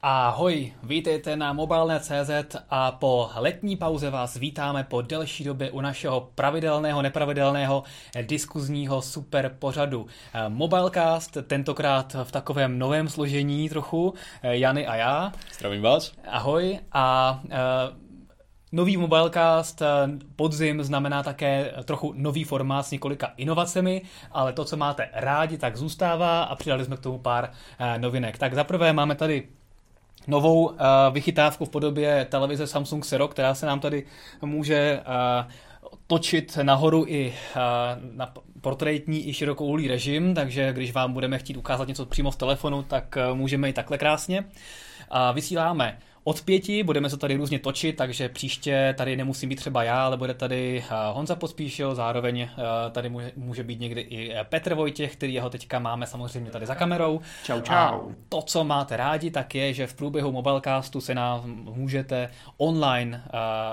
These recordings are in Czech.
Ahoj, vítejte na Mobilnet.cz a po letní pauze vás vítáme po delší době u našeho pravidelného, nepravidelného diskuzního super pořadu Mobilecast, tentokrát v takovém novém složení trochu, Jany a já. Zdravím vás. Ahoj a nový Mobilecast podzim znamená také trochu nový formát s několika inovacemi, ale to, co máte rádi, tak zůstává a přidali jsme k tomu pár novinek. Tak zaprvé máme tady novou vychytávku v podobě televize Samsung Zero, která se nám tady může točit nahoru i na portrétní i širokouhlý režim, takže když vám budeme chtít ukázat něco přímo v telefonu, tak můžeme i takhle krásně. Vysíláme od 5, budeme se tady různě točit, takže příště tady nemusím být třeba já, ale bude tady Honza Pospíšil, zároveň tady může být někdy i Petr Vojtěch, který jeho teďka máme samozřejmě tady za kamerou. Čau. A to, co máte rádi, tak je, že v průběhu Mobilecastu se nám můžete online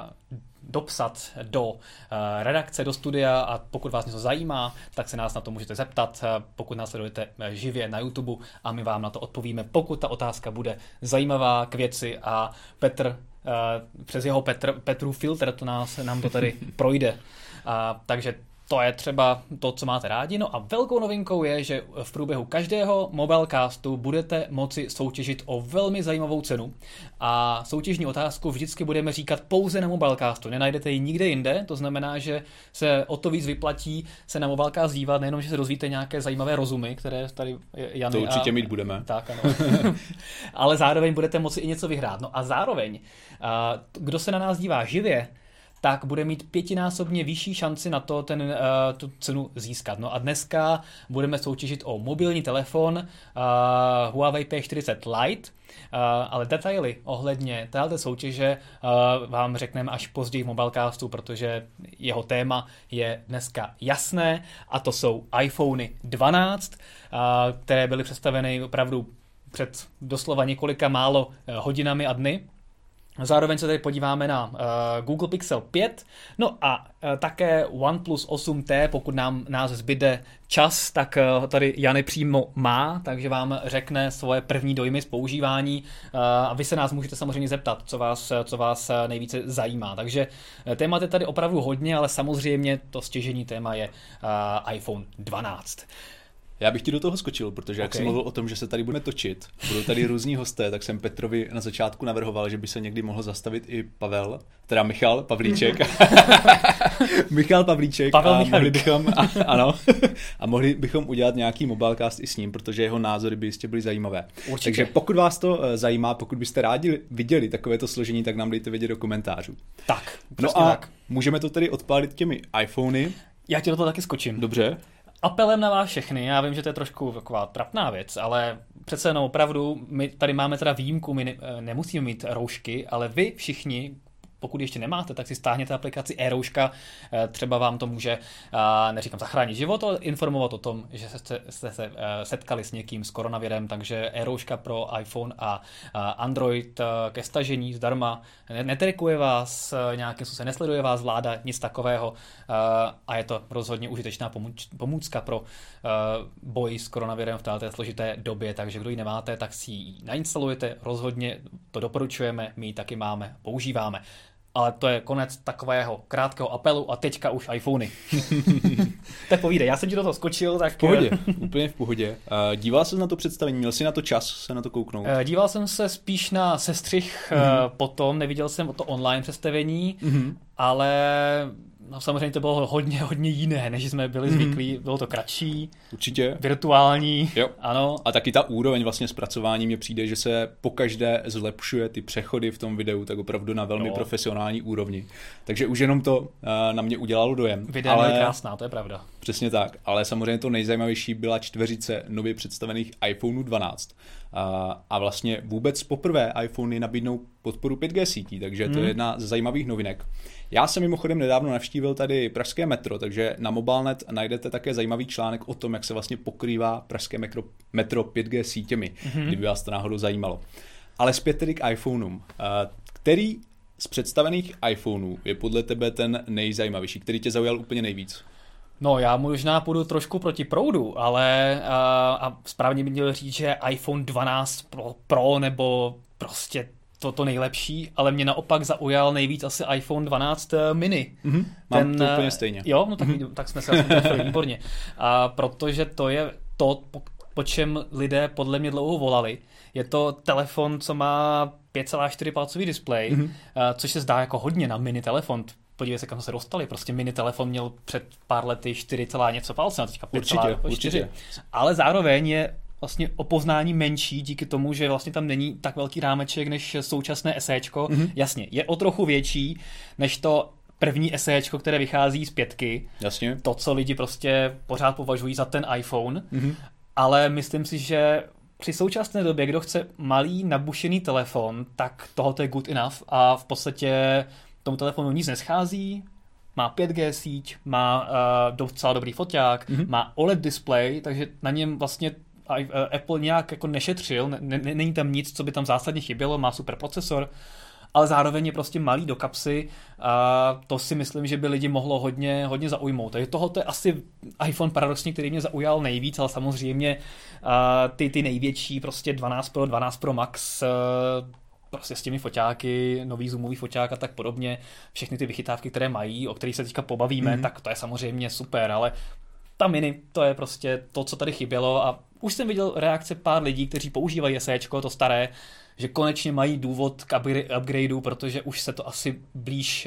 dopsat do redakce, do studia a pokud vás něco zajímá, tak se nás na to můžete zeptat, pokud nás sledujete živě na YouTube a my vám na to odpovíme, pokud ta otázka bude zajímavá k věci a Petr, přes jeho Petrův filtr nám to tady projde. Takže to je třeba to, co máte rádi. No a velkou novinkou je, že v průběhu každého Mobilecastu budete moci soutěžit o velmi zajímavou cenu. A soutěžní otázku vždycky budeme říkat pouze na Mobilecastu. Nenajdete ji nikde jinde, to znamená, že se o to víc vyplatí se na Mobilecast dívat, nejenom, že se dozvíte nějaké zajímavé rozumy, které tady Jany to určitě mít budeme. Tak, ano. Ale zároveň budete moci i něco vyhrát. No a zároveň, kdo se na nás dívá živě, tak bude mít 5násobně vyšší šanci na to tu cenu získat. No a dneska budeme soutěžit o mobilní telefon Huawei P40 Lite, ale detaily ohledně této soutěže vám řekneme až později v Mobilecastu, protože jeho téma je dneska jasné a to jsou iPhony 12, které byly představeny opravdu před doslova několika málo hodinami a dny. Zároveň se tady podíváme na Google Pixel 5, no a také OnePlus 8T, pokud nás zbyde čas, tak tady Jany přímo má, takže vám řekne svoje první dojmy z používání a vy se nás můžete samozřejmě zeptat, co vás nejvíce zajímá. Takže témat je tady opravdu hodně, ale samozřejmě to stěžejní téma je iPhone 12. Já bych ti do toho skočil, protože jak jsem mluvil o tom, že se tady budeme točit, budou tady různí hosté, tak jsem Petrovi na začátku navrhoval, že by se někdy mohl zastavit i Michal Pavlíček. Michal Pavlíček. A mohli bychom udělat nějaký Mobilecast i s ním, protože jeho názory by jistě byly zajímavé. Určitě. Takže pokud vás to zajímá, pokud byste rádi viděli takovéto složení, tak nám dejte vědět do komentářů. Tak, no a tak. Můžeme to tedy odpálit těmi iPhony. Já ti do toho taky skočím. Dobře. Apelem na vás všechny, já vím, že to je trošku taková trapná věc, ale přece jenom opravdu, my tady máme teda výjimku, my nemusíme mít roušky, ale vy všichni, pokud ještě nemáte, tak si stáhněte aplikaci e-rouška, třeba vám to může, neříkám zachránit život, ale informovat o tom, že jste se setkali s někým s koronavirem, takže e-rouška pro iPhone a Android ke stažení zdarma, netrikuje vás, nějakým způsobem nesleduje vás vláda, nic takového a je to rozhodně užitečná pomůcka pro boj s koronavirem v této složité době, takže kdo ji nemáte, tak si ji nainstalujete, rozhodně to doporučujeme, my ji taky máme, používáme. Ale to je konec takového krátkého apelu a teďka už iPhony. Tak povídej, já jsem ti do toho skočil. Tak... V pohodě, úplně v pohodě. Díval jsi na to představení, měl jsi na to čas se na to kouknout? Díval jsem se spíš na sestřih potom, neviděl jsem to online představení, ale... No, samozřejmě to bylo hodně jiné, než jsme byli zvyklí. Bylo to kratší, určitě virtuální, jo. Ano. A taky ta úroveň vlastně zpracování mně přijde, že se pokaždé zlepšuje ty přechody v tom videu, tak opravdu na velmi profesionální úrovni. Takže už jenom to na mě udělalo dojem. Video je krásná, to je pravda. Přesně tak, ale samozřejmě to nejzajímavější byla čtveřice nově představených iPhone 12. A vlastně vůbec poprvé iPhony nabídnou podporu 5G sítí, takže to je jedna z zajímavých novinek. Já jsem mimochodem nedávno navštívil tady pražské metro, takže na Mobilnet najdete také zajímavý článek o tom, jak se vlastně pokrývá pražské metro 5G sítěmi, kdyby vás to náhodou zajímalo. Ale zpět tedy k iPhoneům. Který z představených iPhoneů je podle tebe ten nejzajímavější, který tě zaujal úplně nejvíc? No, já možná půjdu trošku proti proudu, ale a správně by měl říct, že iPhone 12 Pro nebo prostě to nejlepší, ale mě naopak zaujal nejvíc asi iPhone 12 mini. Mám to úplně stejně. Jo, no tak jsme se asi trefili, výborně. A protože to je to, po čem lidé podle mě dlouho volali. Je to telefon, co má 5,4 palcový displej, což se zdá jako hodně na mini telefon. Podívej se, kam se dostali. Prostě mini telefon měl před pár lety 4, něco palce, teďka 5,4. Ale zároveň je vlastně o poznání menší díky tomu, že vlastně tam není tak velký rámeček než současné SEčko. Jasně, je o trochu větší než to první SEčko, které vychází z 5. Jasně. To, co lidi prostě pořád považují za ten iPhone. Ale myslím si, že při současné době, kdo chce malý nabušený telefon, tak tohoto je good enough a v podstatě tomu telefonu nic neschází, má 5G síť, má docela dobrý foťák, má OLED display, takže na něm vlastně Apple nějak jako nešetřil, není tam nic, co by tam zásadně chybělo, má super procesor, ale zároveň je prostě malý do kapsy a to si myslím, že by lidi mohlo hodně zaujmout. Takže tohoto je asi iPhone paradoxně, který mě zaujal nejvíc, ale samozřejmě ty největší, prostě 12 Pro Max, prostě s těmi foťáky, nový zoomový foťák a tak podobně, všechny ty vychytávky, které mají, o kterých se teďka pobavíme, tak to je samozřejmě super, ale ta mini, to je prostě to, co tady chybělo a už jsem viděl reakce pár lidí, kteří používají SEčko, to staré, že konečně mají důvod k upgradeu, protože už se to asi blíž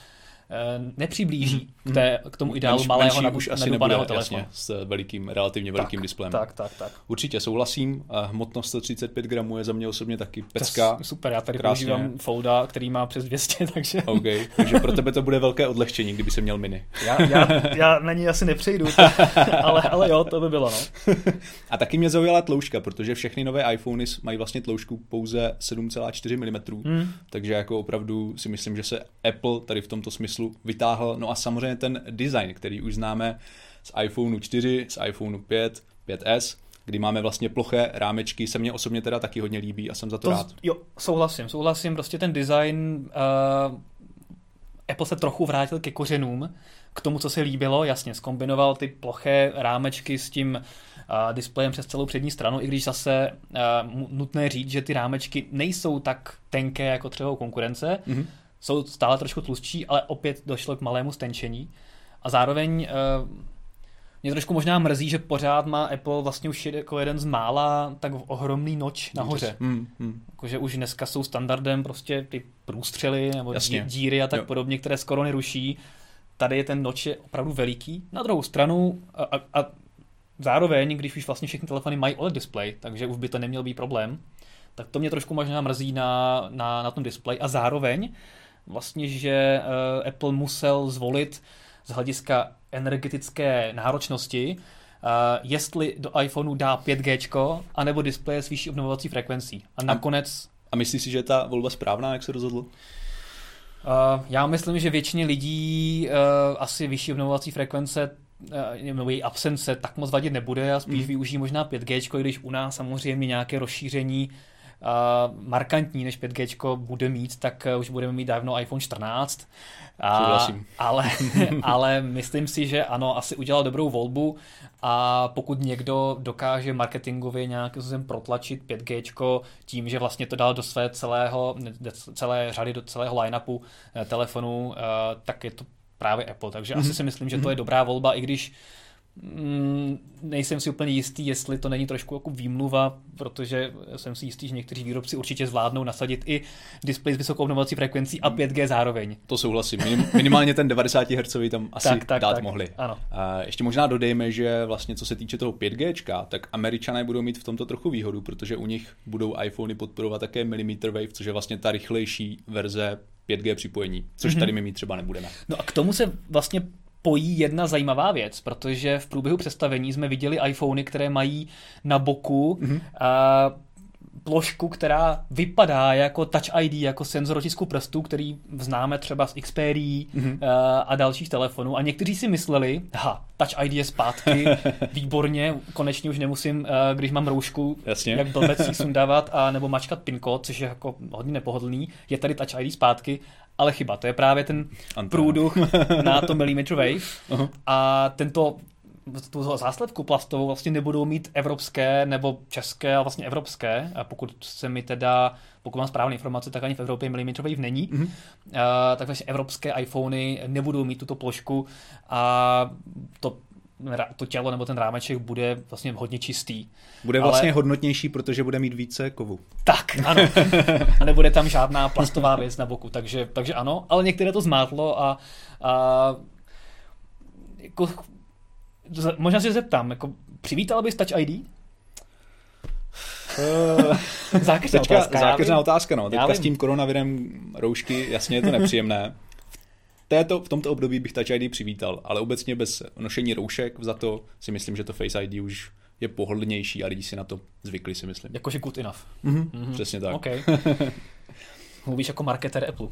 nepřiblíží k tomu ideálu malého nadupaného telefonu. S relativně velikým displejem. Tak. Určitě souhlasím. Hmotnost 135 gramů je za mě osobně taky pecka. Super, já tady používám Folda, který má přes 200, takže... Takže pro tebe to bude velké odlehčení, kdyby se měl mini. Já na ní asi nepřejdu, ale jo, to by bylo, no. A taky mě zaujala tloušťka, protože všechny nové iPhony mají vlastně tloušťku pouze 7,4 mm, takže jako opravdu si myslím, že se Apple tady v tomto smyslu vytáhl. No a samozřejmě ten design, který už známe z iPhoneu 4, z iPhoneu 5, 5S, kdy máme vlastně ploché rámečky, se mně osobně teda taky hodně líbí a jsem za to rád. Jo, souhlasím, prostě ten design, Apple se trochu vrátil ke kořenům, k tomu, co se líbilo, jasně, zkombinoval ty ploché rámečky s tím displejem přes celou přední stranu, i když zase nutné říct, že ty rámečky nejsou tak tenké jako třeba u konkurence, jsou stále trošku tlustší, ale opět došlo k malému stenčení. A zároveň mě trošku možná mrzí, že pořád má Apple vlastně už jako jeden z mála tak ohromný noč nahoře. Jakože už dneska jsou standardem prostě ty průstřely nebo díry a tak podobně, které skoro neruší. Tady je ten noč je opravdu veliký. Na druhou stranu a zároveň, když už vlastně všechny telefony mají OLED display, takže už by to neměl být problém, tak to mě trošku možná mrzí na tom displeji. A zároveň vlastně, že Apple musel zvolit z hlediska energetické náročnosti, jestli do iPhoneu dá 5G, anebo displeje s vyšší obnovovací frekvencí. A nakonec... A myslíš si, že je ta volba správná, jak se rozhodl? Já myslím, že většině lidí asi vyšší obnovovací frekvence nebo její absence tak moc vadit nebude a spíš využijí možná 5G, když u nás samozřejmě nějaké rozšíření markantní než 5G bude mít, tak už budeme mít dávno iPhone 14. Ale myslím si, že ano, asi udělal dobrou volbu a pokud někdo dokáže marketingově nějakým způsobem protlačit 5G tím, že vlastně to dal do své celé řady, do celého line-upu telefonů, tak je to právě Apple. Takže asi si myslím, že to je dobrá volba, i když nejsem si úplně jistý, jestli to není trošku jako výmluva, protože jsem si jistý, že někteří výrobci určitě zvládnou nasadit i displej s vysokou obnovovací frekvencí a 5G zároveň. To souhlasím. Minimálně ten 90 Hz tam asi dát mohli. Ano. A ještě možná dodejme, že vlastně co se týče toho 5G, tak Američané budou mít v tomto trochu výhodu, protože u nich budou iPhony podporovat také millimeter wave, což je vlastně ta rychlejší verze 5G připojení, což tady my mít třeba nebudeme. No a k tomu se vlastně pojí jedna zajímavá věc, protože v průběhu představení jsme viděli iPhony, které mají na boku plošku, která vypadá jako Touch ID, jako senzor otisku prstů, který známe třeba z Xperia a dalších telefonů. A někteří si mysleli, Touch ID je zpátky, výborně, konečně už nemusím, když mám roušku, jak blbec si sundávat a nebo mačkat PIN kód, což je jako hodně nepohodlný, je tady Touch ID zpátky, ale chyba, to je právě ten průduch na to millimeter wave a tento tu záslepku plastovou vlastně nebudou mít evropské nebo české, ale vlastně evropské. A pokud mám správné informace, tak ani v Evropě milimetrový není. Tak vlastně evropské iPhony nebudou mít tuto plošku a to tělo nebo ten rámeček bude vlastně hodně čistý. Bude vlastně hodnotnější, protože bude mít více kovu. Tak, ano. A nebude tam žádná plastová věc na boku, takže ano, ale některé to zmátlo a jako, možná si zeptám, jako, přivítal bys Touch ID? Zákeřná otázka, no. Teďka s tím koronavirem roušky, jasně je to nepříjemné. V tomto období bych Touch ID přivítal, ale obecně bez nošení roušek za to si myslím, že to Face ID už je pohodlnější a lidi si na to zvykli, si myslím. Jakože good enough. Přesně tak. Okay. Mluvíš jako marketer Apple.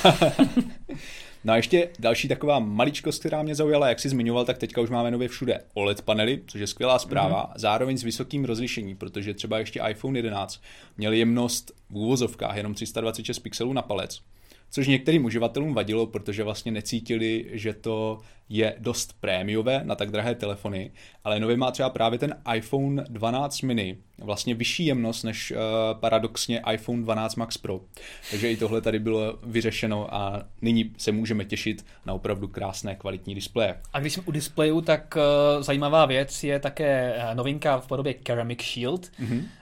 No a ještě další taková maličkost, která mě zaujala, jak jsi zmiňoval, tak teďka už máme nově všude OLED panely, což je skvělá zpráva, zároveň s vysokým rozlišením, protože třeba ještě iPhone 11 měl jemnost v úvozovkách jenom 326 pixelů na palec, což některým uživatelům vadilo, protože vlastně necítili, že to je dost prémiové na tak drahé telefony, ale nově má třeba právě ten iPhone 12 mini vlastně vyšší jemnost než paradoxně iPhone 12 Max Pro. Takže i tohle tady bylo vyřešeno a nyní se můžeme těšit na opravdu krásné kvalitní displeje. A když jsme u displejů, tak zajímavá věc je také novinka v podobě Ceramic Shield.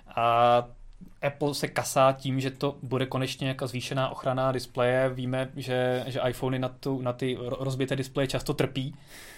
A Apple se kasá tím, že to bude konečně jako zvýšená ochrana displeje. Víme, že iPhony na ty rozbité displeje často trpí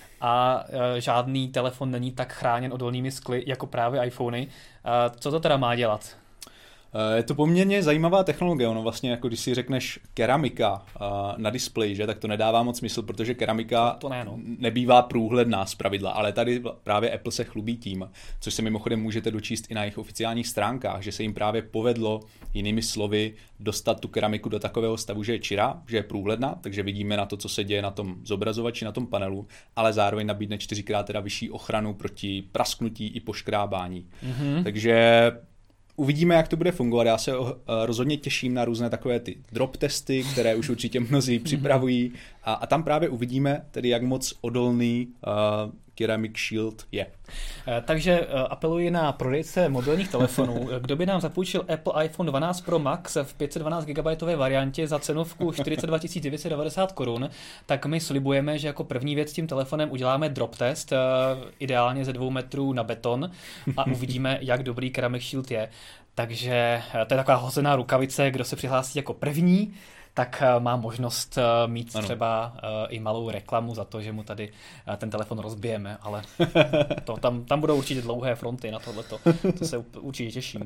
a žádný telefon není tak chráněn odolnými skly jako právě iPhony. Co to teda má dělat? Je to poměrně zajímavá technologie, ono vlastně jako když si řekneš keramika na displeji, že, tak to nedává moc smysl, protože keramika nebývá průhledná zpravidla, ale tady právě Apple se chlubí tím, což se mimochodem můžete dočíst i na jejich oficiálních stránkách, že se jim právě povedlo, jinými slovy, dostat tu keramiku do takového stavu, že je čirá, že je průhledná, takže vidíme na to, co se děje na tom zobrazovači, na tom panelu, ale zároveň nabídne 4x teda vyšší ochranu proti prasknutí i poškrábání. Takže uvidíme, jak to bude fungovat. Já se rozhodně těším na různé takové ty drop testy, které už určitě mnozí připravují a tam právě uvidíme tedy, jak moc odolný Ceramic Shield je. Takže apeluji na prodejce mobilních telefonů. Kdo by nám zapůjčil Apple iPhone 12 Pro Max v 512 GB variantě za cenovku 42 990 korun, tak my slibujeme, že jako první věc s tím telefonem uděláme drop test, ideálně ze 2 metrů na beton a uvidíme, jak dobrý Ceramic Shield je. Takže to je taková hozená rukavice, kdo se přihlásí jako první, tak má možnost mít třeba i malou reklamu za to, že mu tady ten telefon rozbijeme, ale tam budou určitě dlouhé fronty na tohleto, to se určitě těším.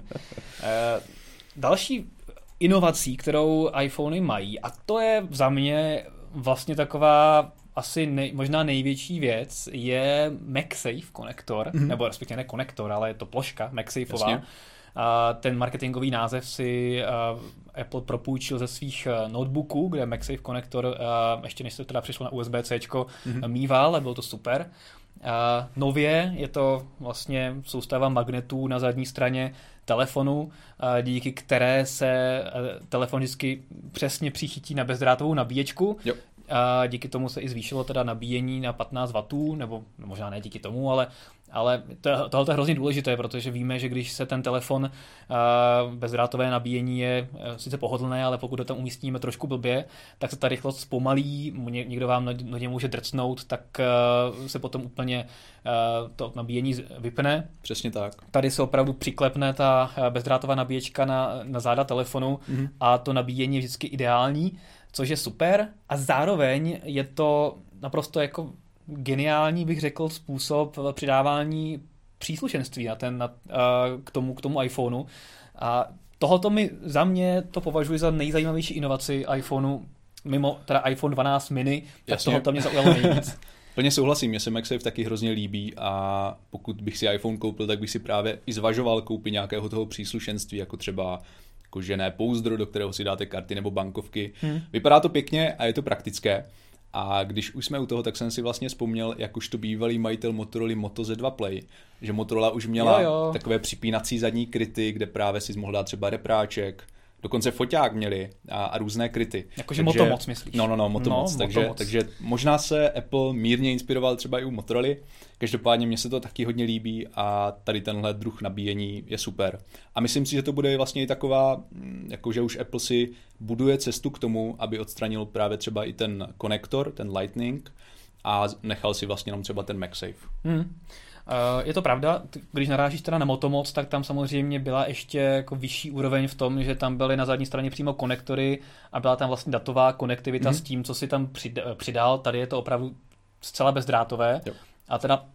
Další inovací, kterou iPhony mají, a to je za mě vlastně taková asi možná největší věc, je MagSafe konektor, nebo respektive ne konektor, ale je to ploška MagSafeová. Ten marketingový název si Apple propůjčil ze svých notebooků, kde MagSafe konektor, ještě než se teda přišlo na USB-C, mýval, a bylo to super. Nově je to vlastně soustava magnetů na zadní straně telefonu, díky které se telefon vždycky přesně přichytí na bezdrátovou nabíječku. Jo. Díky tomu se i zvýšilo teda nabíjení na 15 W, nebo možná ne díky tomu, ale tohle je hrozně důležité, protože víme, že když se ten telefon bezdrátové nabíjení je sice pohodlné, ale pokud ho tam umístíme trošku blbě, tak se ta rychlost zpomalí, někdo vám na něj může drcnout, tak se potom úplně to nabíjení vypne. Přesně tak. Tady se opravdu přiklepne ta bezdrátová nabíječka na záda telefonu a to nabíjení je vždycky ideální, což je super a zároveň je to naprosto jako geniální, bych řekl, způsob přidávání příslušenství k tomu iPhoneu. A tohoto za mě to považuji za nejzajímavější inovaci iPhoneu, mimo teda iPhone 12 mini, tak tohoto mě zaujalo nejvíc. Plně souhlasím, mě se MagSafe taky hrozně líbí a pokud bych si iPhone koupil, tak bych si právě i zvažoval koupit nějakého toho příslušenství, jako třeba kožené pouzdro, do kterého si dáte karty nebo bankovky. Vypadá to pěkně a je to praktické. A když už jsme u toho, tak jsem si vlastně vzpomněl, jak už to bývalý majitel Motorola Moto Z2 Play, že Motorola už měla takové připínací zadní kryty, kde právě si mohl dát třeba repráček dokonce foťák měli a různé kryty. Jakože Motomoc myslíš? No, Motomoc. Takže možná se Apple mírně inspiroval třeba i u Motorola. Každopádně mně se to taky hodně líbí a tady tenhle druh nabíjení je super. A myslím si, že to bude vlastně i taková, jakože už Apple si buduje cestu k tomu, aby odstranil právě třeba i ten konektor, ten Lightning a nechal si vlastně jenom třeba ten MagSafe. Je to pravda, když narážíš teda na Motomoc, tak tam samozřejmě byla ještě jako vyšší úroveň v tom, že tam byly na zadní straně přímo konektory a byla tam vlastně datová konektivita s tím, co si tam přidal. Tady je to opravdu zcela bezdrátové. Jo. A teda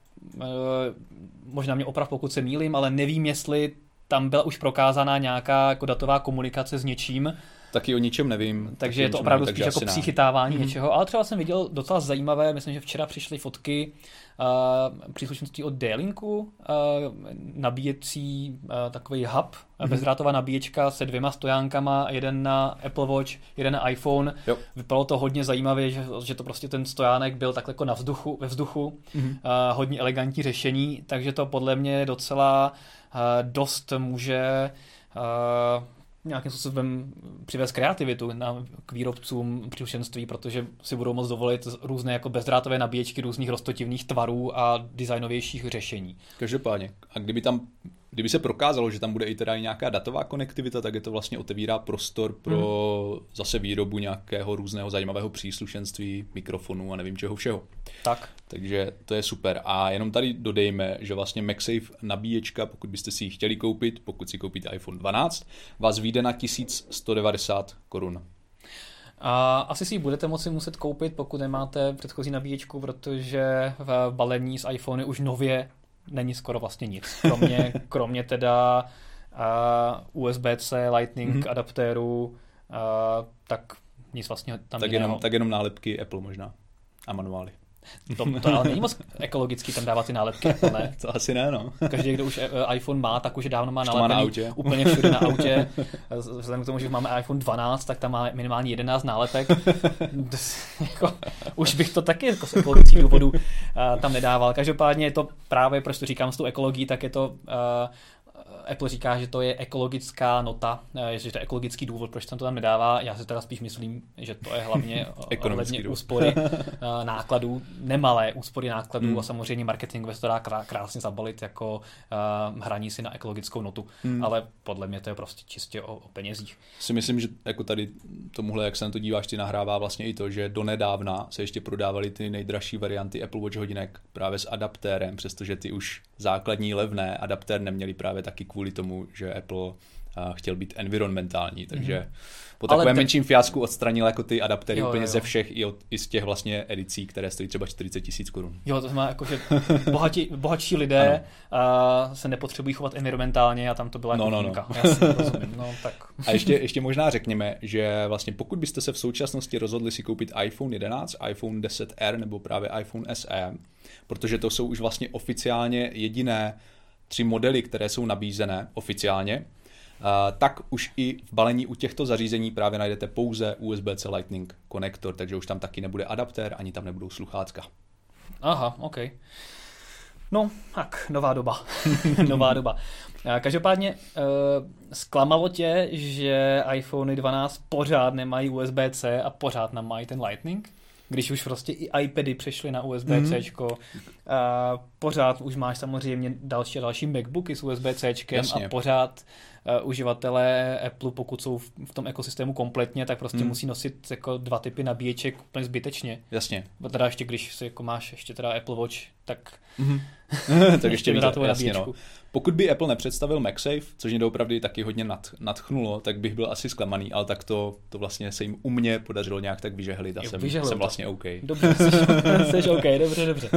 možná mě oprav, pokud se mýlím, ale nevím, jestli tam byla už prokázaná nějaká jako datová komunikace s něčím. Taky o ničem nevím. Takže je to opravdu spíš jako přichytávání něčeho. Ale třeba jsem viděl docela zajímavé, myslím, že včera přišly fotky příslušenství od D-Linku, nabíjecí takový hub, bezdrátová nabíječka se 2 stojánkama, jeden na Apple Watch, jeden na iPhone. Jo. Vypadalo to hodně zajímavě, že to prostě ten stojánek byl takhle jako ve vzduchu. Hodně elegantní řešení, takže to podle mě docela dost může nějakým způsobem přivést kreativitu k výrobcům příslušenství, protože si budou moct dovolit různé jako bezdrátové nabíječky různých roztotivných tvarů a designovějších řešení. Každopádně. A kdyby se prokázalo, že tam bude i teda nějaká datová konektivita, tak je to vlastně otevírá prostor pro zase výrobu nějakého různého zajímavého příslušenství, mikrofonu a nevím čeho všeho. Tak. Takže to je super. A jenom tady dodejme, že vlastně MagSafe nabíječka, pokud byste si ji chtěli koupit, pokud si koupíte iPhone 12, vás vyjde na 1190 korun. A asi si ji budete moci muset koupit, pokud nemáte předchozí nabíječku, protože v balení z iPhone už nově není skoro vlastně nic. Kromě teda USB-C, Lightning adaptéru, tak nic vlastně tam tak jenom nálepky Apple možná a manuály. To ale není moc ekologický tam dávat ty nálepky, ne? To asi ne, no. Každý, kdo už iPhone má, tak už dávno má nálepky úplně všude na autě. Vzhledem k tomu, že máme iPhone 12, tak tam má minimálně 11 nálepek. Už bych to taky jako z ekologických důvodů tam nedával. Každopádně je to právě, proč to říkám s tou ekologií, tak je to Apple říká, že to je ekologická nota, že to je ekologický důvod, proč tam to tam nedává. Já si teda spíš myslím, že to je hlavně úspory nákladů, nemalé úspory nákladů a samozřejmě marketingově se to dá krásně zabalit jako hraní si na ekologickou notu. Ale podle mě to je prostě čistě o penězích. Si myslím, že jako tady tomuhle, jak se na to díváš, ty nahrává vlastně i to, že donedávna se ještě prodávaly ty nejdražší varianty Apple Watch hodinek právě s adaptérem, přestože ty už základní levné adaptér neměli právě taky kvůli tomu, že Apple chtěl být environmentální, takže po takovém menším fiasku odstranil jako ty adaptéry úplně ze všech i z těch vlastně edicí, které stojí třeba 40 000 korun. Jo, to znamená jako, že bohatší lidé se nepotřebují chovat environmentálně a tam to byla jako výjimka. Já si rozumím. No, tak. A ještě možná řekněme, že vlastně pokud byste se v současnosti rozhodli si koupit iPhone 11, iPhone 10R nebo právě iPhone SE, protože to jsou už vlastně oficiálně jediné 3 modely, které jsou nabízené oficiálně, tak už i v balení u těchto zařízení právě najdete pouze USB-C Lightning konektor, takže už tam taky nebude adaptér, ani tam nebudou sluchátka. Aha, OK. No, tak, nová doba. Nová doba. Každopádně zklamalo tě, že iPhone 12 pořád nemají USB-C a pořád nám mají ten Lightning? Když už prostě i iPady přešly na USB-Cčko, pořád už máš samozřejmě další MacBooky s USB-Cčkem a pořád uživatelé Apple, pokud jsou v tom ekosystému kompletně, tak prostě musí nosit jako 2 typy nabíječek úplně zbytečně. Jasně. Teda ještě když si jako máš ještě teda Apple Watch, tak tak ještě víc, jasně, no. Pokud by Apple nepředstavil MagSafe, což mě doopravdy taky hodně nadchnulo, tak bych byl asi zklamaný, ale tak to vlastně se jim u mě podařilo nějak tak vyžehlit a jsem vlastně OK. Dobře, jsi OK, dobře.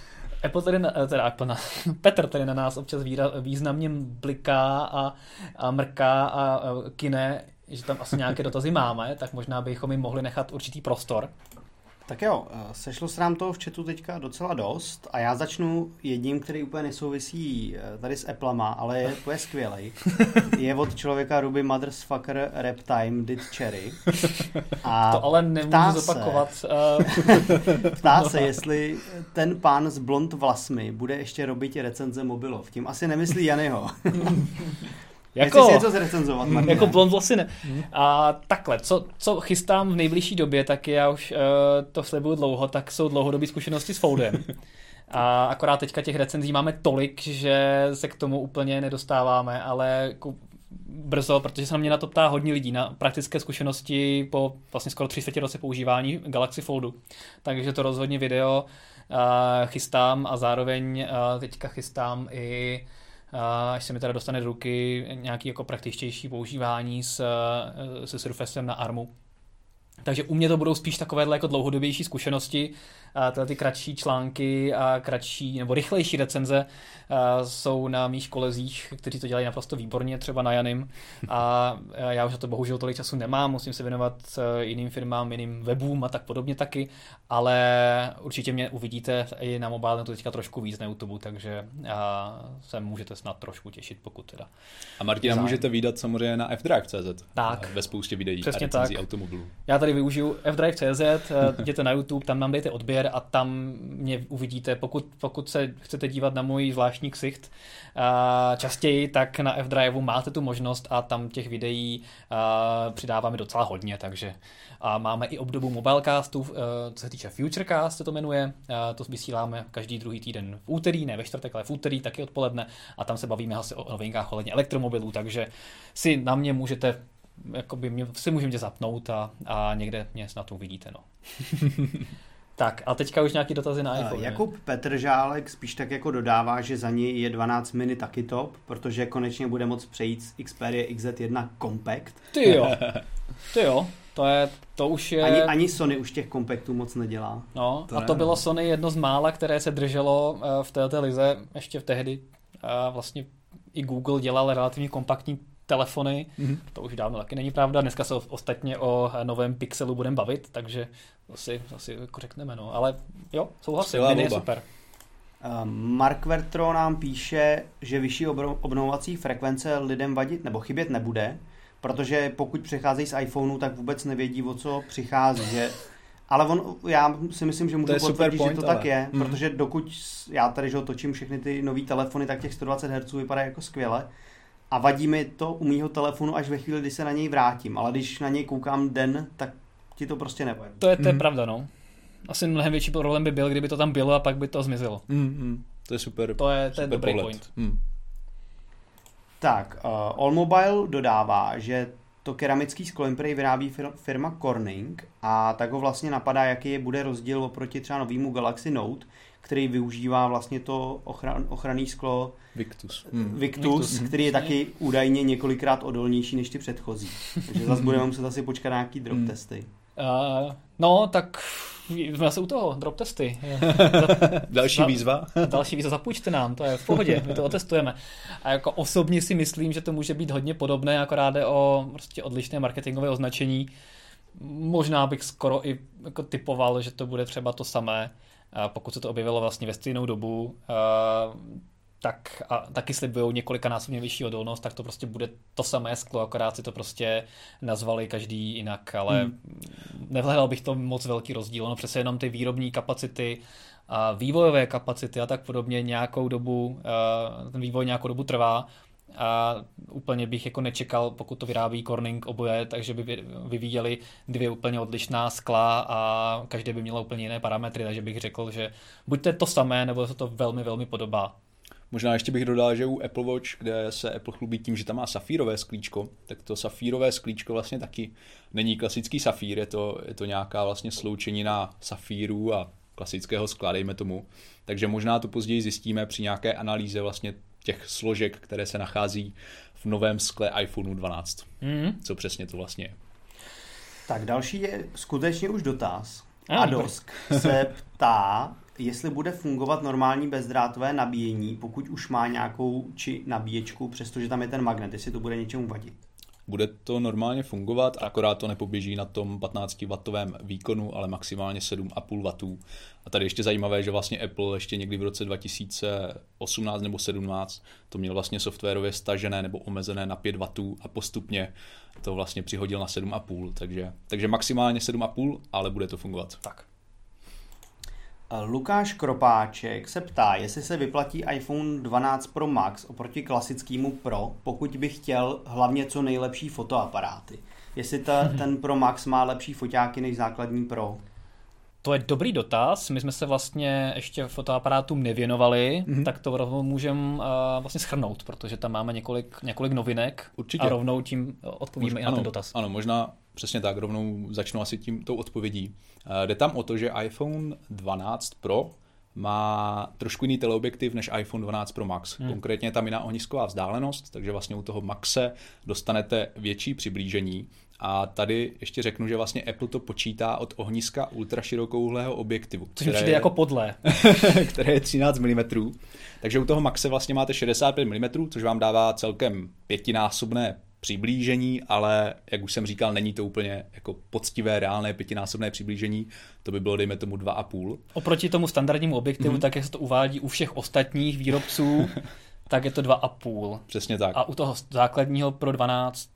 Petr tady na nás občas významně bliká a mrká a kine, že tam asi nějaké dotazy máme, tak možná bychom jim mohli nechat určitý prostor. Tak jo, sešlo se nám toho v chatu teďka docela dost a já začnu jedním, který úplně nesouvisí tady s Applema, ale je úplně skvělej. Je od člověka Ruby Motherfucker Rap Time Did Cherry. A to ale nemůžu zopakovat. Ptá se, jestli ten pán s blond vlasmi bude ještě robit recenze mobilov. Tím asi nemyslí Janyho. Jako, si něco zrecenzovat, jako blond vlasy ne. A takhle, co chystám v nejbližší době, tak já už to slibuju dlouho, tak jsou dlouhodobé zkušenosti s Foldem. A akorát teďka těch recenzí máme tolik, že se k tomu úplně nedostáváme, ale brzo, protože se na mě na to ptá hodně lidí, na praktické zkušenosti po vlastně skoro 3 roce používání Galaxy Foldu. Takže to rozhodně video chystám a zároveň teďka chystám i až se mi teda dostane do ruky nějaký jako praktičtější používání se Surfacem na ARMu. Takže u mě to budou spíš takovéhle jako dlouhodobější zkušenosti. Tyhle ty kratší články a kratší nebo rychlejší recenze jsou na mých kolezích, kteří to dělají naprosto výborně, třeba na Janim. A já už na to bohužel tolik času nemám, musím se věnovat jiným firmám, jiným webům a tak podobně taky, ale určitě mě uvidíte i na mobile to teďka trošku víc na YouTube, takže se můžete snad trošku těšit, pokud teda. A Martina můžete vydat samozřejmě na fdrive.cz. Tak. Ve spoustě videí přesně a recenzí tak. automobilů. Já tady využiju fdrive.cz, jděte na YouTube, tam nám dejte odběr a tam mě uvidíte. Pokud se chcete dívat na můj zvláštní ksicht častěji, tak na fdriveu máte tu možnost a tam těch videí přidáváme docela hodně, takže a máme i obdobu mobilecastu, co se týče Futurecast se to jmenuje, to vysíláme každý druhý týden v úterý, ne ve čtvrtek, ale v úterý, taky odpoledne a tam se bavíme asi o novinkách ohledně elektromobilů, takže si na mě můžete si můžeme tě zapnout a někde mě snad uvidíte, no. Tak, a teďka už nějaký dotazy na iPhone. Jakub Petržálek spíš tak jako dodává, že za něj je 12 mini taky top, protože konečně bude moct přejít z Xperia XZ1 Compact. Ty jo, to už je... Ani Sony už těch Compactů moc nedělá. No, to bylo Sony jedno z mála, které se drželo v této lize ještě v tehdy. Vlastně i Google dělal relativně kompaktní telefony, to už dávno taky není pravda, dneska se ostatně o novém Pixelu budeme bavit, takže asi jako řekneme, no, ale jo, souhlasím, mini je super. Mark Vertro nám píše, že vyšší obnovovací frekvence lidem vadit nebo chybět nebude, protože pokud přecházejí z iPhoneu, tak vůbec nevědí, o co přichází, že... Ale já si myslím, že můžu potvrdit, že to tak je, protože dokud já tady točím všechny ty nový telefony, tak těch 120 Hz vypadá jako skvěle. A vadí mi to u mýho telefonu až ve chvíli, kdy se na něj vrátím. Ale když na něj koukám den, tak ti to prostě nevadí. To je pravda, no. Asi mnohem větší problém by byl, kdyby to tam bylo a pak by to zmizelo. To je super. To je dobrý point. Tak, Allmobile dodává, že to keramický sklo jim vyrábí firma Corning a tak ho vlastně napadá, jaký bude rozdíl oproti třeba novému Galaxy Note, který využívá vlastně to ochranné sklo Victus, který je taky údajně několikrát odolnější než ty předchozí. Takže zase budeme muset asi počkat na nějaký drop testy. No, tak jsme asi u toho, drop testy. Další výzva, zapůjčte nám, to je v pohodě, my to otestujeme. A jako osobně si myslím, že to může být hodně podobné, akorát jde o prostě odlišné marketingové označení. Možná bych skoro i jako typoval, že to bude třeba to samé, pokud se to objevilo vlastně ve stejnou dobu, tak a taky slibují několikanásobně vyšší odolnost, tak to prostě bude to samé sklo, akorát si to prostě nazvali každý jinak, ale nevhledal bych to moc velký rozdíl. No přece jenom ty výrobní kapacity a vývojové kapacity a tak podobně nějakou dobu, ten vývoj nějakou dobu trvá a úplně bych jako nečekal, pokud to vyrábí Corning oboje, takže by vyvíjeli 2 úplně odlišná skla a každé by mělo úplně jiné parametry, takže bych řekl, že buď to je to samé, nebo se to velmi, velmi podobá. Možná ještě bych dodal, že u Apple Watch, kde se Apple chlubí tím, že tam má safírové sklíčko, tak to safírové sklíčko vlastně taky není klasický safír, je to nějaká vlastně sloučenina safíru a klasického skla, dejme tomu. Takže možná to později zjistíme při nějaké analýze vlastně těch složek, které se nachází v novém skle iPhoneu 12. Co přesně to vlastně je. Tak další je skutečně už dotaz. Adosk se ptá, jestli bude fungovat normální bezdrátové nabíjení, pokud už má nějakou či nabíječku, přestože tam je ten magnet, jestli to bude něčemu vadit. Bude to normálně fungovat, akorát to nepoběží na tom 15W výkonu, ale maximálně 7,5 W. A tady ještě zajímavé, že vlastně Apple ještě někdy v roce 2018 nebo 17 to měl vlastně softwarově stažené nebo omezené na 5 W a postupně to vlastně přihodil na 7,5, takže maximálně 7,5, ale bude to fungovat. Tak. Lukáš Kropáček se ptá, jestli se vyplatí iPhone 12 Pro Max oproti klasickému Pro, pokud by chtěl hlavně co nejlepší fotoaparáty. Jestli ten Pro Max má lepší foťáky než základní Pro. To je dobrý dotaz. My jsme se vlastně ještě fotoaparátům nevěnovali, tak to rovnou můžeme vlastně shrnout, protože tam máme několik novinek. Určitě. A rovnou tím odpovíme i na ten dotaz. Ano, možná přesně tak, rovnou začnu asi tou odpovědí. Jde tam o to, že iPhone 12 Pro má trošku jiný teleobjektiv než iPhone 12 Pro Max. Konkrétně je tam jiná ohnisková vzdálenost, takže vlastně u toho Maxe dostanete větší přiblížení. A tady ještě řeknu, že vlastně Apple to počítá od ohniska ultraširokouhlého objektivu. Což mi přijde jako podle. Které je 13 mm. Takže u toho Maxe vlastně máte 65 mm, což vám dává celkem 5násobné přiblížení, ale jak už jsem říkal, není to úplně jako poctivé, reálné 5násobné přiblížení, to by bylo dejme tomu 2,5. Oproti tomu standardnímu objektivu, tak jak se to uvádí u všech ostatních výrobců, tak je to 2,5. Přesně tak. A u toho základního Pro 12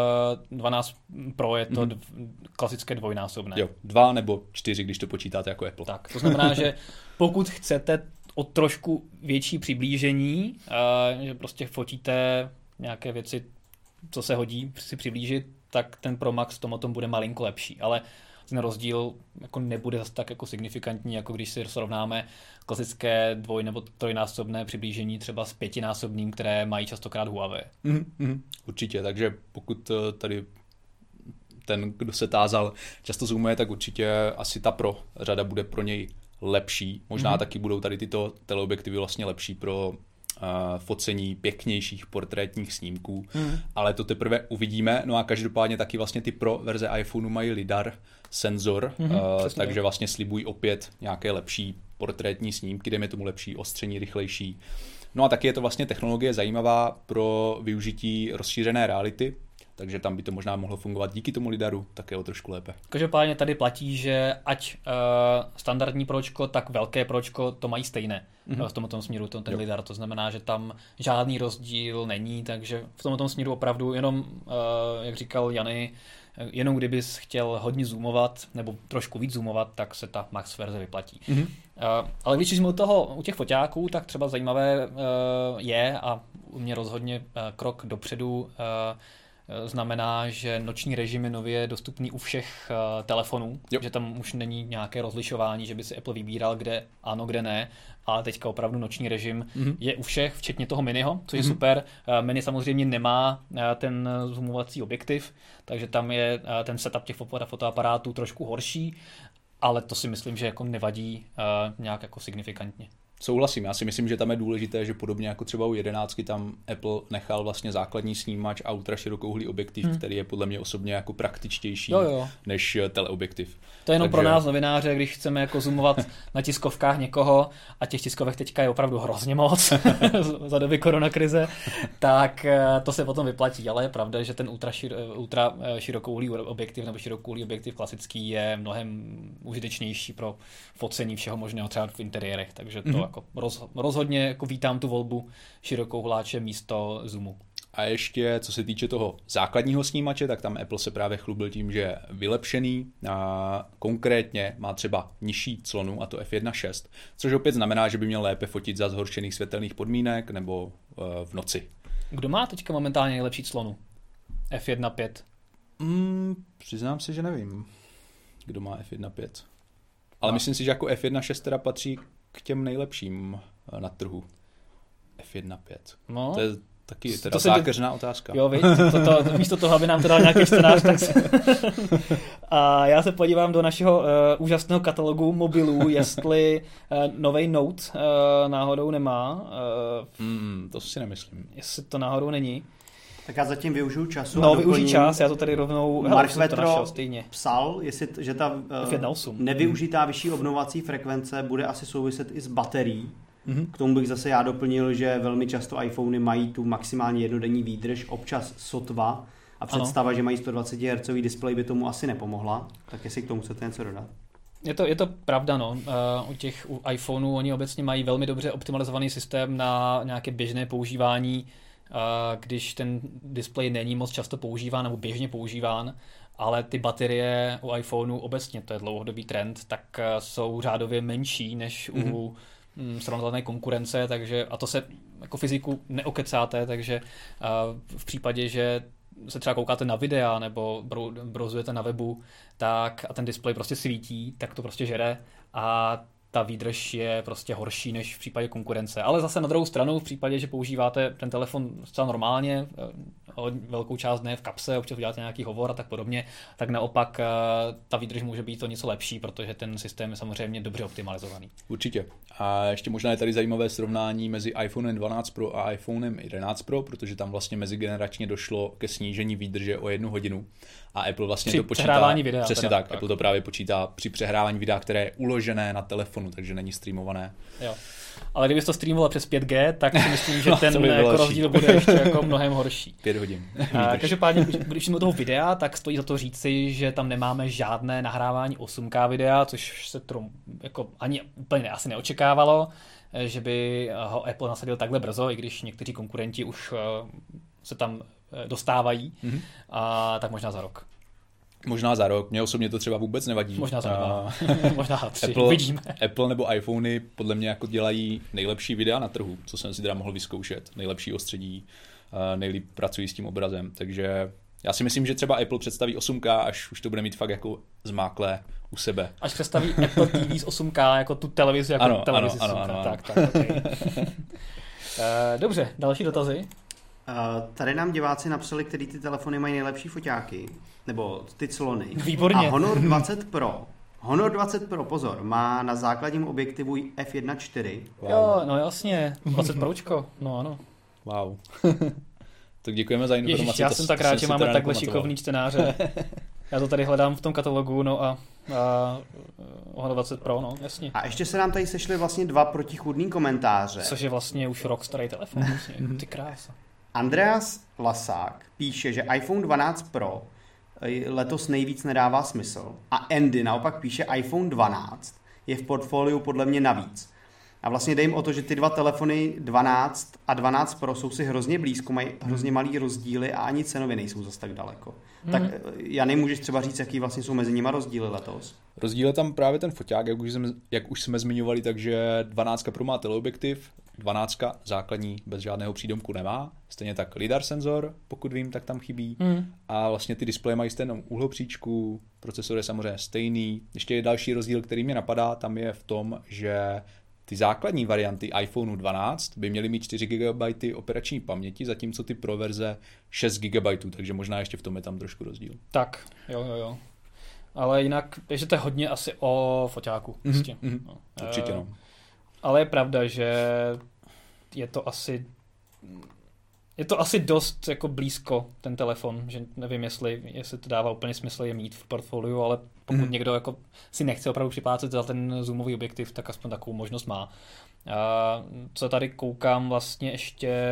Pro je to klasické dvojnásobné. Jo, 2 nebo 4, když to počítáte jako Apple. Tak, to znamená, že pokud chcete o trošku větší přiblížení, že prostě fotíte nějaké věci, co se hodí si přiblížit, tak ten Pro Max tom bude malinko lepší, ale ten rozdíl jako nebude zase tak jako signifikantní, jako když si srovnáme klasické dvoj- nebo trojnásobné přiblížení třeba s 5násobným, které mají častokrát Huawei. Určitě, takže pokud tady ten, kdo se tázal, často zoomuje, tak určitě asi ta Pro řada bude pro něj lepší. Možná taky budou tady tyto teleobjektivy vlastně lepší pro focení pěknějších portrétních snímků, ale to teprve uvidíme. No a každopádně taky vlastně ty Pro verze iPhoneu mají lidar senzor, takže vlastně slibují opět nějaké lepší portrétní snímky, dejme tomu lepší ostření, rychlejší. No a taky je to vlastně technologie zajímavá pro využití rozšířené reality, takže tam by to možná mohlo fungovat díky tomu lidaru také o trošku lépe. Každopádně tady platí, že ať standardní pročko, tak velké pročko to mají stejné v tomto směru ten lidar. To znamená, že tam žádný rozdíl není, takže v tomto směru opravdu jenom, jak říkal Jany, jenom kdybys chtěl hodně zoomovat nebo trošku víc zoomovat, tak se ta Max verze vyplatí. Ale když jsme u těch foťáků, tak třeba zajímavé je a u mě rozhodně krok dopředu znamená, že noční režim je nově dostupný u všech telefonů, že tam už není nějaké rozlišování, že by si Apple vybíral, kde ano, kde ne, ale teďka opravdu noční režim je u všech, včetně toho miniho, což je super. Mini samozřejmě nemá ten zoomovací objektiv, takže tam je ten setup těch fotoaparátů trošku horší, ale to si myslím, že jako nevadí nějak jako signifikantně. Souhlasím, já si myslím, že tam je důležité, že podobně jako třeba u 11 tam Apple nechal vlastně základní snímač a ultraširokouhlý objektiv, který je podle mě osobně jako praktičtější než teleobjektiv. To je jenom pro nás novináře, když chceme jako zoomovat na tiskovkách někoho a těch tiskovek teďka je opravdu hrozně moc za doby koronakrize, tak to se potom vyplatí, ale je pravda, že ten ultra širokouhlý objektiv nebo širokouhlý objektiv klasický je mnohem užitečnější pro focení všeho možného třeba v interiérech, takže to jako rozhodně jako vítám tu volbu širokouhláče místo zoomu. A ještě, co se týče toho základního snímače, tak tam Apple se právě chlubil tím, že je vylepšený. A konkrétně má třeba nižší clonu, a to f1.6, což opět znamená, že by měl lépe fotit za zhoršených světelných podmínek nebo v noci. Kdo má teďka momentálně nejlepší clonu? F1.5? Přiznám se, že nevím, kdo má f1.5. Ale myslím si, že jako f1.6 teda patří k těm nejlepším na trhu. F1.5. No. To je taky teda zákeřná otázka. Jo, víš, místo toho, aby nám to dal nějaký scénář, tak a já se podívám do našeho úžasného katalogu mobilů, jestli novej Note náhodou nemá. To si nemyslím. Jestli to náhodou není. Tak já zatím využiju času. No, využij čas, já to tady rovnou Mark Vetro psal, že ta nevyužitá vyšší obnovací frekvence bude asi souviset i s baterií. K tomu bych zase já doplnil, že velmi často iPhony mají tu maximálně jednodenní výdrž, občas sotva, a představa, že mají 120 Hz displej by tomu asi nepomohla. Tak jestli k tomu chcete něco dodat. Je to pravda, no. U iPhoneů oni obecně mají velmi dobře optimalizovaný systém na nějaké běžné používání, když ten displej není moc často používán nebo běžně používán, ale ty baterie u iPhoneu obecně, to je dlouhodobý trend, tak jsou řádově menší než u srovnatelné konkurence, takže, a to se jako fyziku neokecáte, takže v případě, že se třeba koukáte na videa nebo browsujete na webu, tak a ten displej prostě svítí, tak to prostě žere a ta výdrž je prostě horší než v případě konkurence. Ale zase na druhou stranu, v případě, že používáte ten telefon zcela normálně, velkou část dne v kapse, občas uděláte nějaký hovor a tak podobně, tak naopak ta výdrž může být to něco lepší, protože ten systém je samozřejmě dobře optimalizovaný. Určitě. A ještě možná je tady zajímavé srovnání mezi iPhonem 12 Pro a iPhonem 11 Pro, protože tam vlastně mezigeneračně došlo ke snížení výdrže o 1 hodinu. A Apple vlastně při to počítá. Přehrávání videa. Přesně tak. Apple to právě počítá při přehrávání videa, které je uložené na telefonu, takže není streamované. Jo. Ale kdybys to streamoval přes 5G, tak si myslím, že ten jako rozdíl bude ještě jako mnohem horší. 5 hodin. Každopádně, když jsme u toho videa, tak stojí za to říci, že tam nemáme žádné nahrávání 8K videa, což se to jako ani úplně asi neočekávalo, že by ho Apple nasadil takhle brzo, i když někteří konkurenti už se tam dostávají, tak možná za rok. Možná za rok. Mně osobně to třeba vůbec nevadí. Možná za 2. Možná za 3. Apple, Vidíme. Apple nebo iPhony podle mě jako dělají nejlepší videa na trhu, co jsem si teda mohl vyzkoušet. Nejlepší ostředí, nejlíp pracují s tím obrazem. Takže já si myslím, že třeba Apple představí 8K, až už to bude mít fakt jako zmáklé u sebe. Až představí Apple TV z 8K jako tu televizi, jako ano, televizi ano, 8K. ano. Tak, okay. Dobře, další dotazy. Tady nám diváci napsali, který ty telefony mají nejlepší foťáky, nebo ty clony. Výborně. A Honor 20 Pro. Honor 20 Pro, pozor, má na základním objektivu f1.4. Wow. Jo, no jasně, 20 Pročko, no ano. Wow. Tak děkujeme za informaci. Ježiš, já jsem tak rád, že máme takhle šikovný čtenáře. Já to tady hledám v tom katalogu, no a Honor 20 Pro, no, jasně. A ještě se nám tady sešly vlastně 2 protichůdný komentáře. Což je vlastně už rok starý telefon, vlastně. Ty krása. Andreas Vlasák píše, že iPhone 12 Pro letos nejvíc nedává smysl a Andy naopak píše iPhone 12 je v portfoliu podle mě navíc. A vlastně jde jim o to, že ty dva telefony 12 a 12 Pro jsou si hrozně blízko, mají hrozně malý rozdíly a ani cenově nejsou zas tak daleko. Tak Jany, můžeš třeba říct, jaký vlastně jsou mezi nimi rozdíly letos? Rozdíl je tam právě ten foťák, jak už jsme zmiňovali, takže 12 Pro má teleobjektiv, 12 základní bez žádného přídomku nemá, stejně tak lidar senzor, pokud vím, tak tam chybí a vlastně ty displeje mají stejnou úhlopříčku, procesor je samozřejmě stejný. Ještě je další rozdíl, který mě napadá, tam je v tom, že ty základní varianty iPhoneu 12 by měly mít 4 GB operační paměti, zatímco ty Pro verze 6 GB, takže možná ještě v tom je tam trošku rozdíl. Tak, jo. Ale jinak, takže to je hodně asi o foťáku. No. Určitě no. Ale je pravda, že je to asi dost jako blízko ten telefon, že nevím, jestli to dává úplně smysl je mít v portfoliu, ale pokud někdo jako si nechce opravdu připlácet za ten zoomový objektiv, tak aspoň takovou možnost má. Co tady koukám vlastně ještě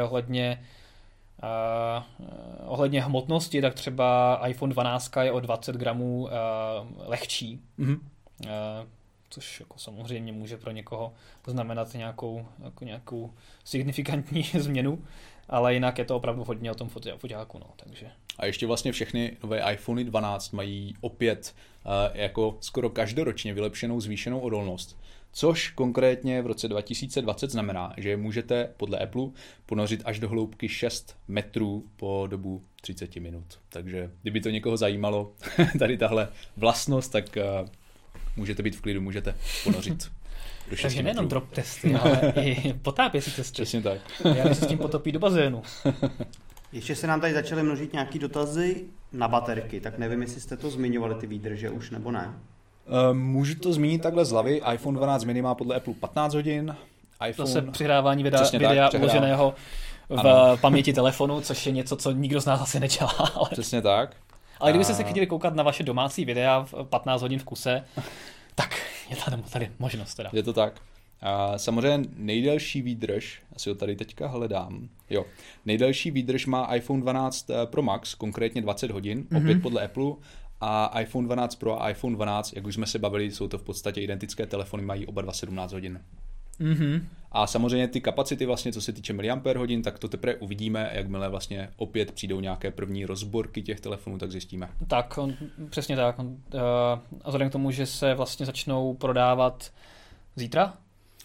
ohledně hmotnosti, tak třeba iPhone 12 je o 20 gramů lehčí, což jako samozřejmě může pro někoho znamenat nějakou signifikantní změnu, ale jinak je to opravdu hodně o tom foťáku. No, takže. A ještě vlastně všechny nové iPhony 12 mají opět jako skoro každoročně vylepšenou zvýšenou odolnost, což konkrétně v roce 2020 znamená, že můžete podle Apple ponořit až do hloubky 6 metrů po dobu 30 minut. Takže kdyby to někoho zajímalo, tady tahle vlastnost, tak můžete být v klidu, můžete ponořit. Takže nejenom drop testy, ale i potápěcí testy. Přesně tak. Já se s tím potopí do bazénu. Ještě se nám tady začaly množit nějaký dotazy na baterky, tak nevím, jestli jste to zmiňovali, ty výdrže už nebo ne. Můžu to zmínit takhle z hlavy. iPhone 12 mini má podle Apple 15 hodin. Zase přihrávání videa uloženého v paměti telefonu, což je něco, co nikdo z nás asi nedělá. Ale... Přesně tak. Ale kdybyste se chtěli koukat na vaše domácí videa v 15 hodin v kuse, tak je tady možnost teda. Je to tak. A samozřejmě nejdelší výdrž, asi ho tady teďka hledám, nejdelší výdrž má iPhone 12 Pro Max, konkrétně 20 hodin, opět podle Apple, a iPhone 12 Pro a iPhone 12, jak už jsme se bavili, jsou to v podstatě identické telefony, mají oba 17 hodin. A samozřejmě ty kapacity vlastně, co se týče miliampérhodin, tak to teprve uvidíme, jakmile vlastně opět přijdou nějaké první rozborky těch telefonů, tak zjistíme. Tak, přesně tak. A vzhledem k tomu, že se vlastně začnou prodávat zítra?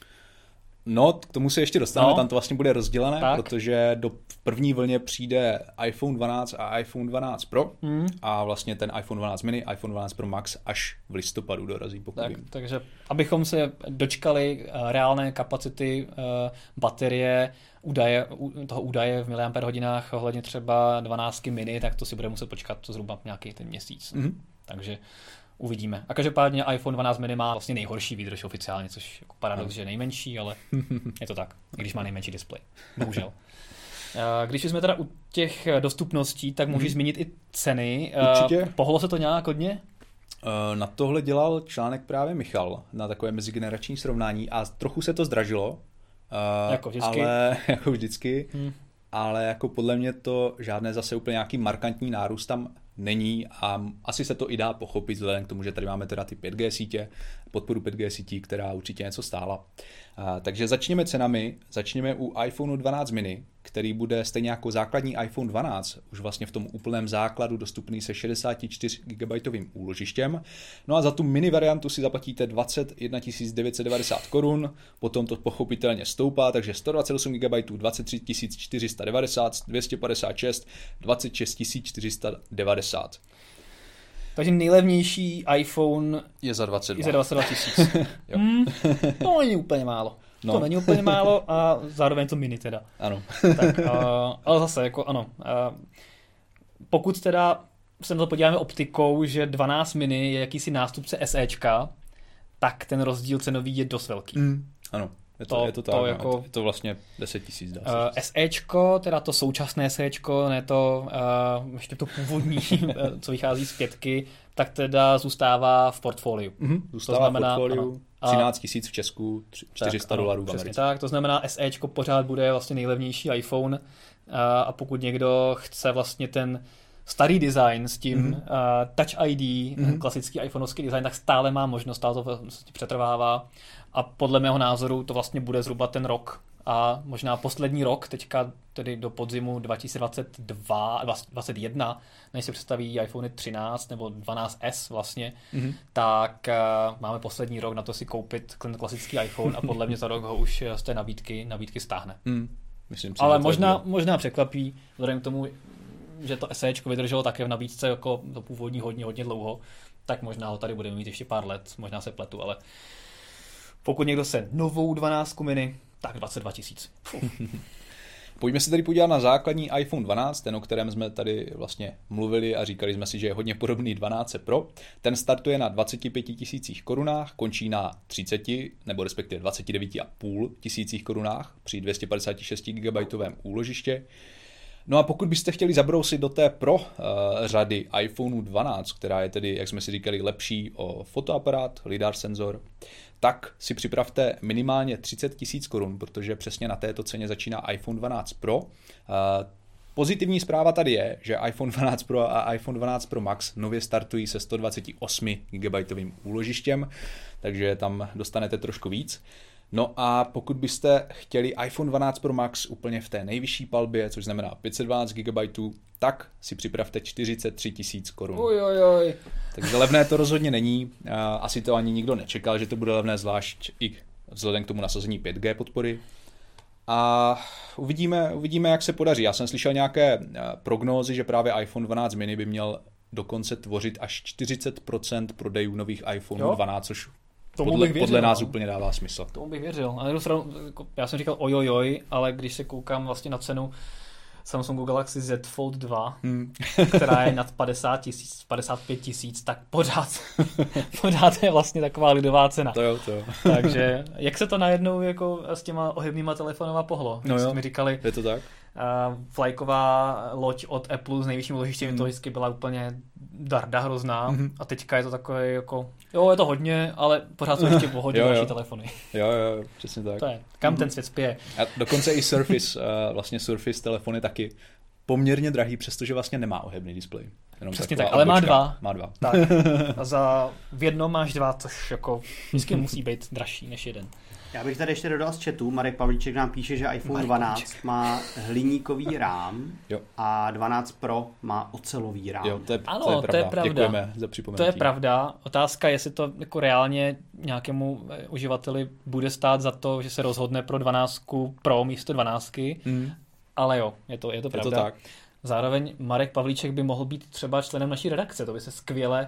No, k tomu se ještě dostaneme, tam to vlastně bude rozdělené, tak. Protože v první vlně přijde iPhone 12 a iPhone 12 Pro a vlastně ten iPhone 12 mini, iPhone 12 Pro Max až v listopadu dorazí, pokud vím. Takže abychom se dočkali reálné kapacity baterie, toho údaje v miliampérhodinách ohledně třeba 12 mini, tak to si bude muset počkat zhruba nějaký ten měsíc. Takže uvidíme. A každopádně iPhone 12 mini má vlastně nejhorší výdrž oficiálně, což jako paradox, že je nejmenší, ale je to tak, i když má nejmenší displej. Bohužel. Když jsme teda u těch dostupností, tak můžeš zmínit i ceny. Určitě. Pohlo se to nějak hodně? Na tohle dělal článek právě Michal, na takové mezigenerační srovnání a trochu se to zdražilo. Jako vždycky. Ale, jako vždycky. Ale jako podle mě to žádné zase úplně nějaký markantní nárůst tam není a asi se to i dá pochopit vzhledem k tomu, že tady máme teda ty 5G sítě, podporu 5G sítí, která určitě něco stála. Takže začněme cenami, začněme u iPhoneu 12 mini, který bude stejně jako základní iPhone 12, už vlastně v tom úplném základu dostupný se 64 GB úložištěm. No a za tu mini variantu si zaplatíte 21 990 korun, potom to pochopitelně stoupá, takže 128 GB, 23 490, 256, 26 490. Takže nejlevnější iPhone je za 22. Je za 22 000. To není úplně málo. No. To není úplně málo a zároveň to mini teda. Ano. Tak, ale zase, jako ano. Pokud teda se na to podíváme optikou, že 12 mini je jakýsi nástupce SEčka, tak ten rozdíl cenový je dost velký. Ano. Je to tak, jako, je to vlastně 10 000, dá se. SEčko, teda to současné SEčko, ne to, ještě to původní, co vychází z 5, tak teda zůstává v portfoliu. Zůstává to znamená, v portfoliu, 13 000 v Česku, 400 dolarů v Americe. Tak, to znamená SEčko pořád bude vlastně nejlevnější iPhone a pokud někdo chce vlastně ten starý design s tím Touch ID, klasický iPhoneovský design, tak stále má možnost, stále to vlastně přetrvává. A podle mého názoru to vlastně bude zhruba ten rok a možná poslední rok, teďka tedy do podzimu 2021, než se představí iPhone 13 nebo 12S vlastně, tak máme poslední rok na to si koupit ten klasický iPhone a podle mě za rok ho už z té nabídky stáhne. Myslím si, ale možná překvapí, vzhledem k tomu, že to SEčko vydrželo také v nabídce jako to původní hodně dlouho, tak možná ho tady budeme mít ještě pár let, možná se pletu, ale pokud někdo se novou 12 mini, tak 22 000. Pojďme se tady podívat na základní iPhone 12, ten, o kterém jsme tady vlastně mluvili a říkali jsme si, že je hodně podobný 12 Pro. Ten startuje na 25 000 korunách, končí na 30, nebo respektive 29,5 tisících korunách při 256 GB úložiště. No a pokud byste chtěli zabrousit do té Pro řady iPhone 12, která je tedy, jak jsme si říkali, lepší o fotoaparát, lidar senzor, tak si připravte minimálně 30 000 korun, protože přesně na této ceně začíná iPhone 12 Pro. Pozitivní zpráva tady je, že iPhone 12 Pro a iPhone 12 Pro Max nově startují se 128 GB úložištěm, takže tam dostanete trošku víc. No a pokud byste chtěli iPhone 12 Pro Max úplně v té nejvyšší palbě, což znamená 512 GB, tak si připravte 43 000 korun. Takže levné to rozhodně není. Asi to ani nikdo nečekal, že to bude levné, zvlášť i vzhledem k tomu nasazení 5G podpory. A uvidíme, jak se podaří. Já jsem slyšel nějaké prognózy, že právě iPhone 12 mini by měl dokonce tvořit až 40% prodejů nových iPhone 12, což podle nás úplně dává smysl. Tomu bych věřil. Já jsem říkal ojojoj, ale když se koukám vlastně na cenu Samsungu Galaxy Z Fold 2, která je nad 50 000, 55 000, tak pořád je vlastně taková lidová cena. To jo. Takže jak se to najednou jako s těma ohybnýma telefonama pohlo? No jo, mi říkali, je to tak. Vlajková loď od Apple s nejvyšším úložištěm, to vždycky byla úplně darda hrozná a teďka je to takové jako, jo, je to hodně, ale pořád jsou ještě pohodě další telefony. Jo, přesně tak. To je, kam ten svět spěje. A dokonce i Surface, vlastně Surface telefon je taky poměrně drahý, přestože vlastně nemá ohebný displej. Přesně tak, ale má dva. Tak. A v jednom máš dva, což jako vždycky musí být dražší než jeden. Já bych tady ještě dodal z chatu, Marek Pavlíček nám píše, že iPhone 12 má hliníkový rám a 12 Pro má ocelový rám. Jo, to je pravda. Děkujeme za připomenutí. To je pravda. Otázka, jestli to jako reálně nějakému uživateli bude stát za to, že se rozhodne pro 12 Pro místo 12. Ale jo, je to pravda. Je to tak. Zároveň Marek Pavlíček by mohl být třeba členem naší redakce, to by se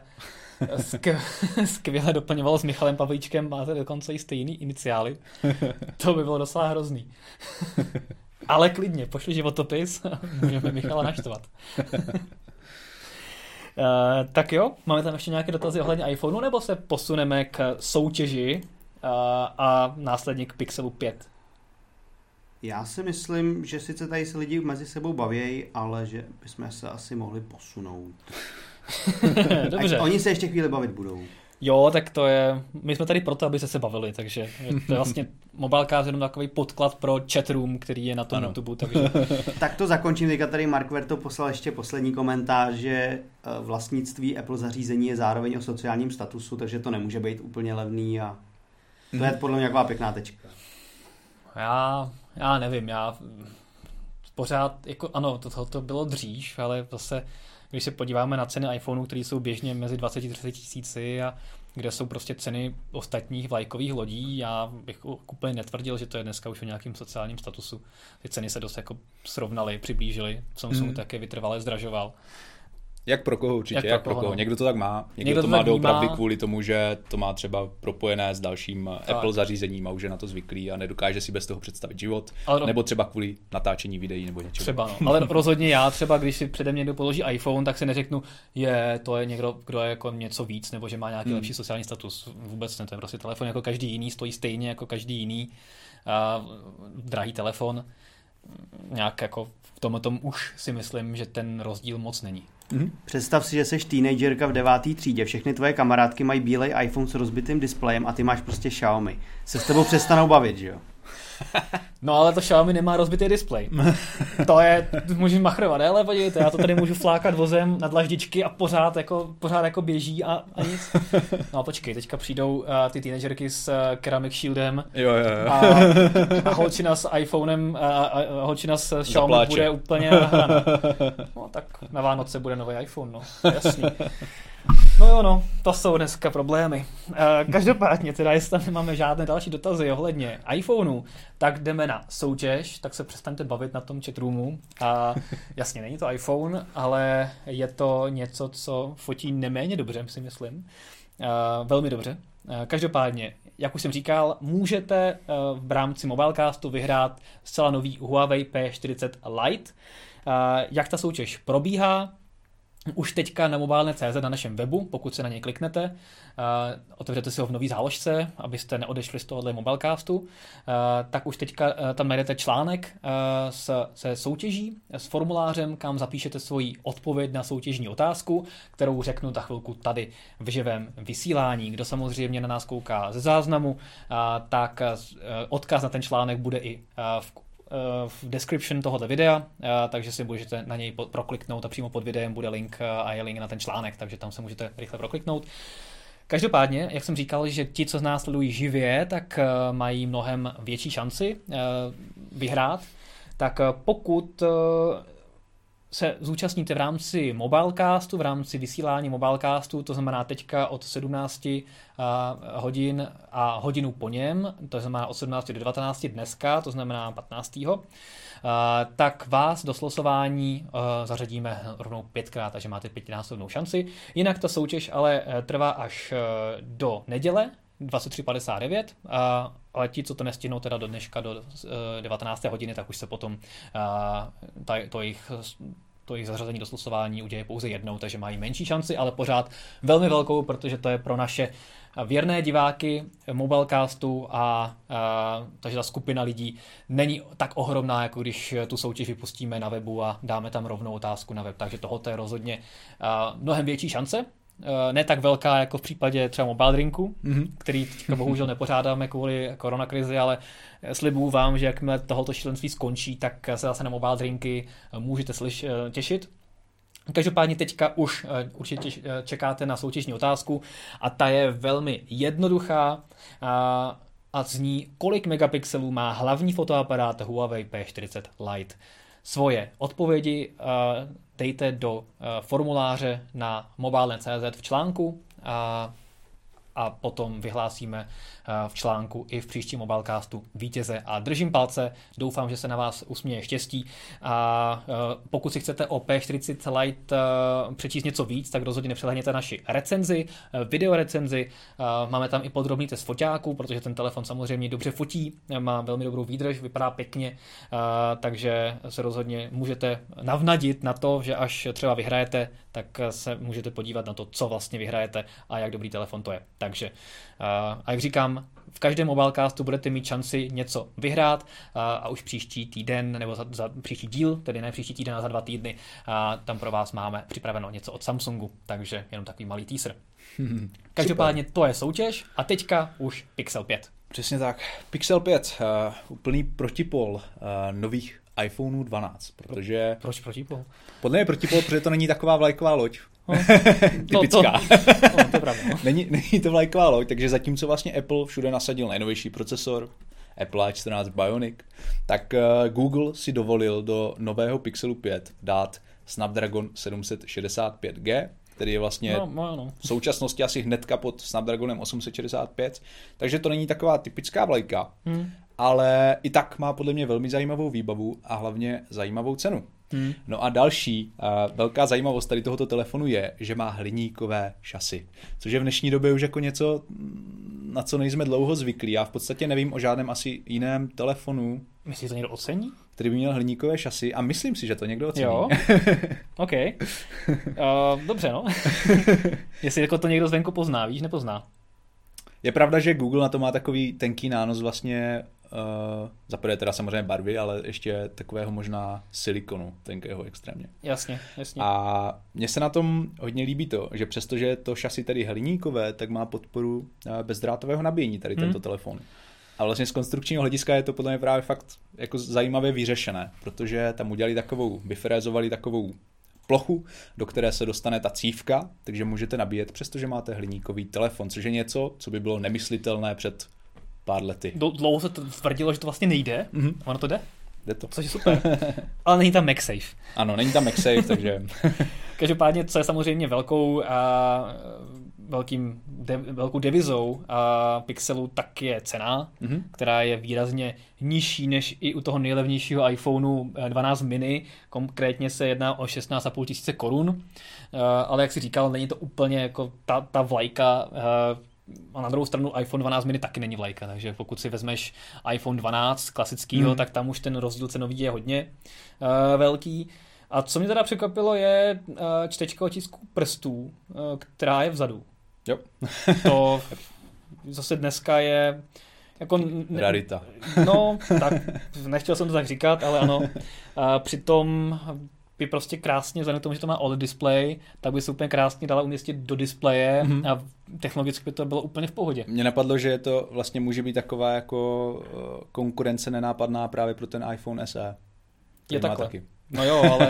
skvěle doplňovalo s Michalem Pavlíčkem, máte dokonce i stejný iniciály. To by bylo docela hrozný. Ale klidně, pošli životopis a můžeme Michala naštvat. Tak jo, máme tam ještě nějaké dotazy ohledně iPhoneu, nebo se posuneme k soutěži a následně k Pixelu 5? Já si myslím, že sice tady se lidi mezi sebou bavějí, ale že bychom se asi mohli posunout. Dobře. Oni se ještě chvíli bavit budou. Jo, tak to je, my jsme tady proto, aby se bavili, takže to je vlastně Mobilecast jenom takový podklad pro chatroom, který je na tom YouTube. Takže... Tak to zakončím, teďka tady Mark Verto poslal ještě poslední komentář, že vlastnictví Apple zařízení je zároveň o sociálním statusu, takže to nemůže být úplně levný a to je podle mě taková pěkná tečka. Já nevím, já pořád, jako ano, to bylo dřív, ale zase, když se podíváme na ceny iPhoneů, které jsou běžně mezi 20-30 tisíci a kde jsou prostě ceny ostatních vlajkových lodí, já bych úplně netvrdil, že to je dneska už o nějakým sociálním statusu. Ty ceny se dost jako srovnaly, přiblížily, Samsung také vytrvale zdražoval. Jak pro koho určitě, jak pro koho. No. Někdo to tak má, někdo to má doopravdy kvůli tomu, že to má třeba propojené s dalším tak. Apple zařízením a už je na to zvyklý a nedokáže si bez toho představit život, nebo třeba kvůli natáčení videí nebo něčeho. Třeba no, ale rozhodně já třeba, když si přede mě někdo položí iPhone, tak si neřeknu, to je někdo, kdo je jako něco víc, nebo že má nějaký lepší sociální status. Vůbec ne, to je prostě telefon jako každý jiný, stojí stejně jako každý jiný drahý telefon. Nějak jako v tomhle tom už si myslím, že ten rozdíl moc není. Představ si, že jsi teenagerka v 9. třídě, všechny tvoje kamarádky mají bílej iPhone s rozbitým displejem a ty máš prostě Xiaomi. Se s tebou přestanou bavit, že jo? No ale to Xiaomi nemá rozbitý displej. To je, můžu machrovat, ale podívejte, já to tady můžu flákat vozem na dlaždičky a pořád jako běží a nic. No počkej, teďka přijdou ty teenagerky s Ceramic Shieldem a holčina s iPhonem a holčina s Xiaomi zapláče. Bude úplně nahraná. No tak na Vánoce bude nový iPhone, no, jasný. No jo, no, to jsou dneska problémy. Každopádně, teda jestli tam nemáme žádné další dotazy ohledně iPhoneu, tak jdeme na soutěž, tak se přestaňte bavit na tom chatroomu. Jasně, není to iPhone, ale je to něco, co fotí neméně dobře, si myslím. Velmi dobře. Každopádně, jak už jsem říkal, můžete v rámci Mobilecastu vyhrát zcela nový Huawei P40 Lite. Jak ta soutěž probíhá? Už teďka na mobilne.cz na našem webu, pokud se na něj kliknete, otevřete si ho v nový záložce, abyste neodešli z tohohle Mobilecastu, tak už teďka tam najdete článek se soutěží, s formulářem, kam zapíšete svoji odpověď na soutěžní otázku, kterou řeknu za chvilku tady v živém vysílání. Kdo samozřejmě na nás kouká ze záznamu, tak odkaz na ten článek bude i v description tohoto videa, takže si můžete na něj prokliknout a přímo pod videem bude link a je link na ten článek, takže tam se můžete rychle prokliknout. Každopádně, jak jsem říkal, že ti, co z nás sledují živě, tak mají mnohem větší šanci vyhrát, tak pokud se zúčastníte v rámci Mobilecastu, v rámci vysílání Mobilecastu, to znamená teďka od 17 hodin a hodinu po něm, to znamená od 17 do 19 dneska, to znamená 15. Tak vás do slosování zařadíme rovnou 5krát, takže máte 5násobnou šanci. Jinak ta soutěž ale trvá až do neděle, 23:59, ale ti, co to nestihnou teda do dneška do 19. hodiny, tak už se potom to jejich zařazení do slosování uděje pouze jednou, takže mají menší šanci, ale pořád velmi velkou, protože to je pro naše věrné diváky Mobilecastu takže ta skupina lidí není tak ohromná, jako když tu soutěž vypustíme na webu a dáme tam rovnou otázku na web, takže tohoto je rozhodně mnohem větší šance. Ne tak velká jako v případě třeba Mobile Drinku, který teďka bohužel nepořádáme kvůli koronakrizi, ale slibuju vám, že jakmile tohoto šílenství skončí, tak se zase na Mobile Drinky můžete těšit. Každopádně teďka už určitě čekáte na soutěžní otázku a ta je velmi jednoduchá. a zní, kolik megapixelů má hlavní fotoaparát Huawei P40 Lite. Svoje odpovědi dejte do formuláře na mobile.cz v článku a potom vyhlásíme v článku i v příštím Mobilecastu vítěze a držím palce, doufám, že se na vás usměje štěstí a pokud si chcete o P40 Lite přečíst něco víc, tak rozhodně nepřelehněte naši recenzi, videorecenzi, máme tam i podrobný test foťáků, protože ten telefon samozřejmě dobře fotí, má velmi dobrou výdrž, vypadá pěkně, takže se rozhodně můžete navnadit na to, že až třeba vyhrajete, tak se můžete podívat na to, co vlastně vyhrajete a jak dobrý telefon to je. Takže, a jak říkám, v každém Mobilecastu budete mít šanci něco vyhrát a už příští týden, nebo za příští díl, tedy ne příští týden, a za 2 týdny, tam pro vás máme připraveno něco od Samsungu, takže jenom takový malý teaser. Každopádně to je soutěž a teďka už Pixel 5. Přesně tak. Pixel 5, úplný protipol nových iPhoneů 12, protože... Proč protipol? Podle mě protipol, protože to není taková vlajková loď. Typická. To je pravda. Není to vlajková loď, takže zatímco vlastně Apple všude nasadil nejnovější procesor, Apple A14 Bionic, tak Google si dovolil do nového Pixelu 5 dát Snapdragon 765G, který je vlastně v současnosti asi hnedka pod Snapdragonem 865, takže to není taková typická vlajka, ale i tak má podle mě velmi zajímavou výbavu a hlavně zajímavou cenu. No a další velká zajímavost tady tohoto telefonu je, že má hliníkové šasy, což je v dnešní době už jako něco, na co nejsme dlouho zvyklí. Já v podstatě nevím o žádném asi jiném telefonu. Myslíš, že to někdo ocení? Který by měl hliníkové šasy a myslím si, že to někdo ocení. Jo, OK. Dobře, no. Jestli jako to někdo zvenku pozná, víš, nepozná. Je pravda, že Google na to má takový tenký nános vlastně, zaprvé teda samozřejmě barvy, ale ještě takového možná silikonu, tenkého extrémně. Jasně. A mně se na tom hodně líbí to, že přestože to šasy tady hliníkové, tak má podporu bezdrátového nabíjení tady tento telefon. A vlastně z konstrukčního hlediska je to podle mě právě fakt jako zajímavě vyřešené, protože tam udělali vyfrézovali takovou plochu, do které se dostane ta cívka, takže můžete nabíjet, přestože máte hliníkový telefon, což je něco, co by bylo nemyslitelné před pár lety. Dlouho se tvrdilo, že to vlastně nejde, ono to jde? Jde to. Což je super. Ale není tam MagSafe. Ano, není tam MagSafe, takže... Každopádně, co je samozřejmě velkou devizou Pixelu, tak je cena, která je výrazně nižší než i u toho nejlevnějšího iPhoneu 12 mini. Konkrétně se jedná o 16 500 korun. Ale jak si říkal, není to úplně jako ta vlajka. A na druhou stranu iPhone 12 mini taky není vlajka, takže pokud si vezmeš iPhone 12 klasickýho, tak tam už ten rozdíl cenový je hodně velký. A co mě teda překvapilo je čtečka otisků prstů, která je vzadu. Jo. To zase dneska je jako... Rarita. No, tak nechtěl jsem to tak říkat, ale ano. Přitom by prostě krásně, vzhledem k tomu, že to má OLED display, tak by se úplně krásně dala umístit do displeje a technologicky by to bylo úplně v pohodě. Mně napadlo, že to vlastně může být taková jako konkurence nenápadná právě pro ten iPhone SE. Je takhle. Taky. No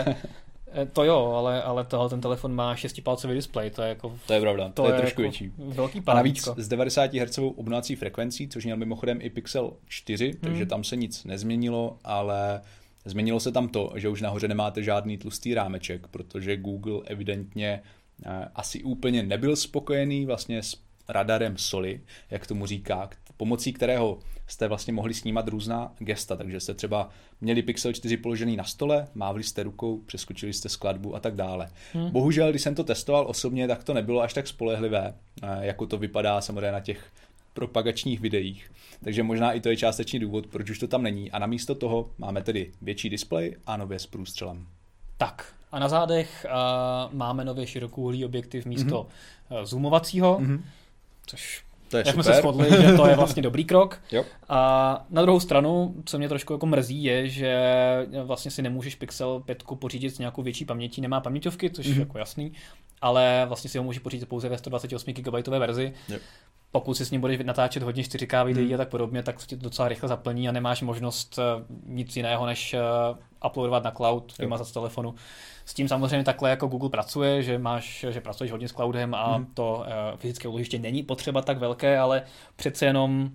jo, ale tohle ten telefon má 6-palcový displej, to je jako... To je pravda, to je trošku jako větší. Velký a navíc s 90 Hz obnovací frekvencí, což měl mimochodem i Pixel 4, takže tam se nic nezměnilo, ale změnilo se tam to, že už nahoře nemáte žádný tlustý rámeček, protože Google evidentně asi úplně nebyl spokojený vlastně s radarem Soli, jak tomu říká, pomocí kterého jste vlastně mohli snímat různá gesta, takže jste třeba měli Pixel 4 položený na stole, mávli jste rukou, přeskočili jste skladbu a tak dále. Bohužel, když jsem to testoval osobně, tak to nebylo až tak spolehlivé, jako to vypadá samozřejmě na těch propagačních videích. Takže možná i to je částečný důvod, proč už to tam není. A namísto toho máme tedy větší displej a nově s průstřelem. Tak a na zádech máme nově širokouhlý objektiv místo zoomovacího, což to je jak super. jsme se shodli, že to je vlastně dobrý krok. Jo. A na druhou stranu, co mě trošku jako mrzí, je, že vlastně si nemůžeš Pixel 5 pořídit s nějakou větší pamětí, nemá paměťovky, což je jako jasný, ale vlastně si ho můžeš pořídit pouze ve 128 GB verzi. Jo. Pokud si s ním budeš natáčet hodně 4K videí a tak podobně, tak ti to docela rychle zaplní a nemáš možnost nic jiného, než uploadovat na cloud, vymazat z telefonu. S tím samozřejmě takhle jako Google pracuje, že pracuješ hodně s cloudem a to fyzické úložiště není potřeba tak velké, ale přece jenom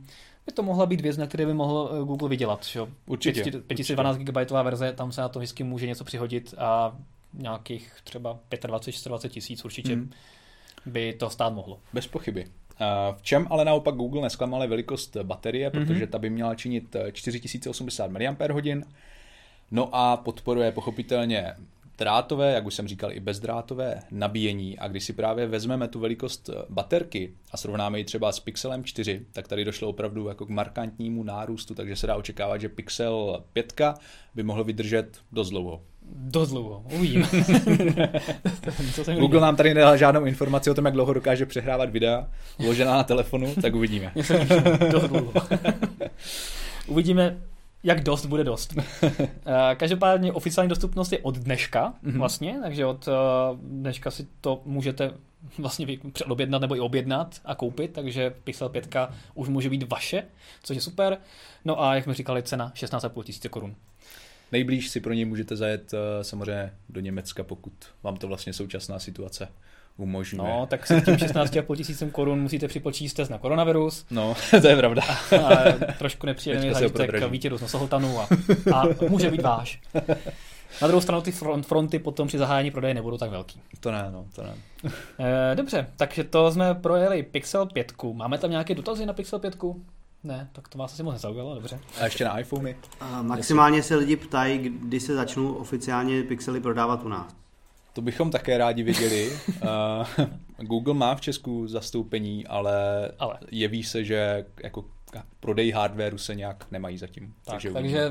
by to mohla být věc, na které by mohl Google vydělat. Že? Určitě. 512 GB verze, tam se na to vždycky může něco přihodit a nějakých třeba 25-40 tisíc určitě by to stát mohlo. Bez pochyby. V čem ale naopak Google nesklamal je velikost baterie, protože ta by měla činit 4080 mAh. No a podporuje pochopitelně drátové, jak už jsem říkal, i bezdrátové nabíjení. A když si právě vezmeme tu velikost baterky a srovnáme ji třeba s Pixelem 4, tak tady došlo opravdu jako k markantnímu nárůstu, takže se dá očekávat, že Pixel 5 by mohl vydržet dost dlouho. Dost dlouho, uvidíme. Google nám tady nedal žádnou informaci o tom, jak dlouho dokáže přehrávat videa uložená na telefonu, tak uvidíme. Dost dlouho. Uvidíme, jak dost bude dost. Každopádně oficiální dostupnost je od dneška vlastně, takže od dneška si to můžete vlastně předobjednat nebo i objednat a koupit, takže Pixel 5 už může být vaše, což je super. No a jak jsme říkali, cena 16,5 tisíce korun. Nejblíž si pro něj můžete zajet samozřejmě do Německa, pokud vám to vlastně současná situace umožňuje. No, tak si s tím 16,5 tisícem korun musíte připočíst test na koronavirus. No, to je pravda. A trošku nepříjemný zážitek výtěru z nosohltanu a může být váš. Na druhou stranu ty fronty potom při zahájení prodeje nebudou tak velký. To ne. Dobře, takže to jsme projeli Pixel 5. Máme tam nějaké dotazy na Pixel 5? Ne, tak to vás asi moc nezaujalo, dobře. A ještě na iPhony? Maximálně se lidi ptají, kdy se začnou oficiálně Pixely prodávat u nás. To bychom také rádi viděli. Google má v Česku zastoupení, ale jeví se, že jako prodej hardwareu se nějak nemají zatím. Takže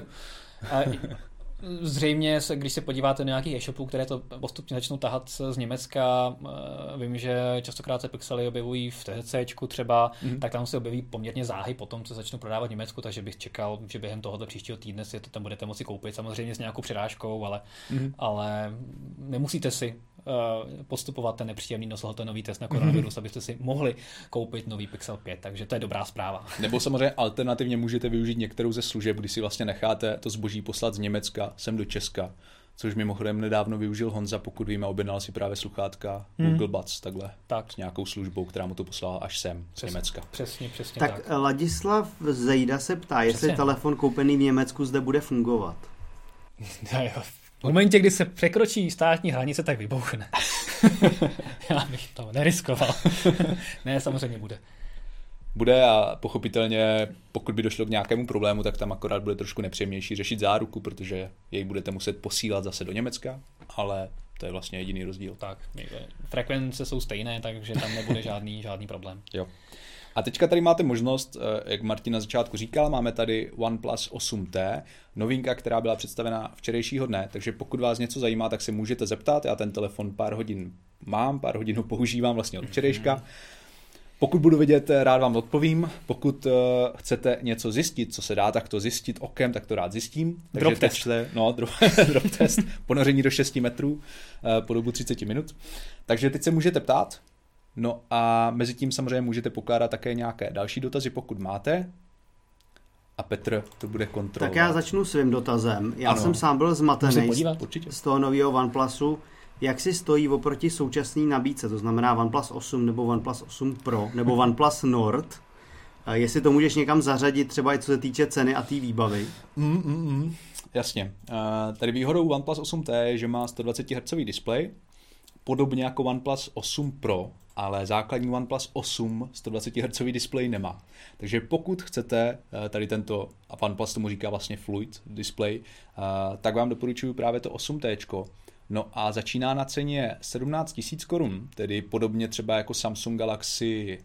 zřejmě, když se podíváte na nějakých e-shopů, které to postupně začnou tahat z Německa, vím, že častokrát se Pixely objevují v TCčku třeba, tak tam se objeví poměrně záhy potom, co začnou prodávat v Německu, takže bych čekal, že během tohoto příštího týdne si to tam budete moci koupit, samozřejmě s nějakou přirážkou, ale nemusíte si postupovat ten nepříjemný nosohltanový test na koronavirus, abyste si mohli koupit nový Pixel 5, takže to je dobrá zpráva. Nebo samozřejmě alternativně můžete využít některou ze služeb, kdy si vlastně necháte to zboží poslat z Německa sem do Česka, což mimochodem nedávno využil Honza, pokud víme, objednal si právě sluchátka Google Buds takhle, s nějakou službou, která mu to poslala až sem z Německa. Přesně tak. Ladislav Zejda se ptá, jestli telefon koupený v Německu zde bude fungovat. V momentě, kdy se překročí státní hranice, tak vybouchne. Já bych to neriskoval. Ne, samozřejmě bude. Bude a pochopitelně, pokud by došlo k nějakému problému, tak tam akorát bude trošku nepříjemnější řešit záruku, protože jej budete muset posílat zase do Německa, ale to je vlastně jediný rozdíl. Tak, frekvence jsou stejné, takže tam nebude žádný problém. Jo. A teďka tady máte možnost, jak Martin na začátku říkal, máme tady OnePlus 8T, novinka, která byla představena včerejšího dne, takže pokud vás něco zajímá, tak se můžete zeptat, já ten telefon pár hodin ho používám vlastně od včerejška. Pokud budu vidět, rád vám odpovím. Pokud chcete něco zjistit, co se dá takto zjistit okem, tak to rád zjistím. Drop test. Drop test, ponoření do 6 metrů po dobu 30 minut. Takže teď se můžete ptát. No a mezi tím samozřejmě můžete pokládat také nějaké další dotazy, pokud máte. A Petr to bude kontrolovat. Tak já začnu svým dotazem. Já jsem sám byl zmatený z toho nového OnePlusu. Jak si stojí oproti současné nabídce, to znamená OnePlus 8 nebo OnePlus 8 Pro nebo OnePlus Nord? Jestli to můžeš někam zařadit, třeba i co se týče ceny a té výbavy? Jasně. Tady výhodou OnePlus 8T je, že má 120 Hz displej, podobně jako OnePlus 8 Pro, ale základní OnePlus 8 120 Hz displej nemá. Takže pokud chcete tady tento, a OnePlus tomu říká vlastně Fluid display, tak vám doporučuji právě to 8T. No a začíná na ceně 17 000 korun, tedy podobně třeba jako Samsung Galaxy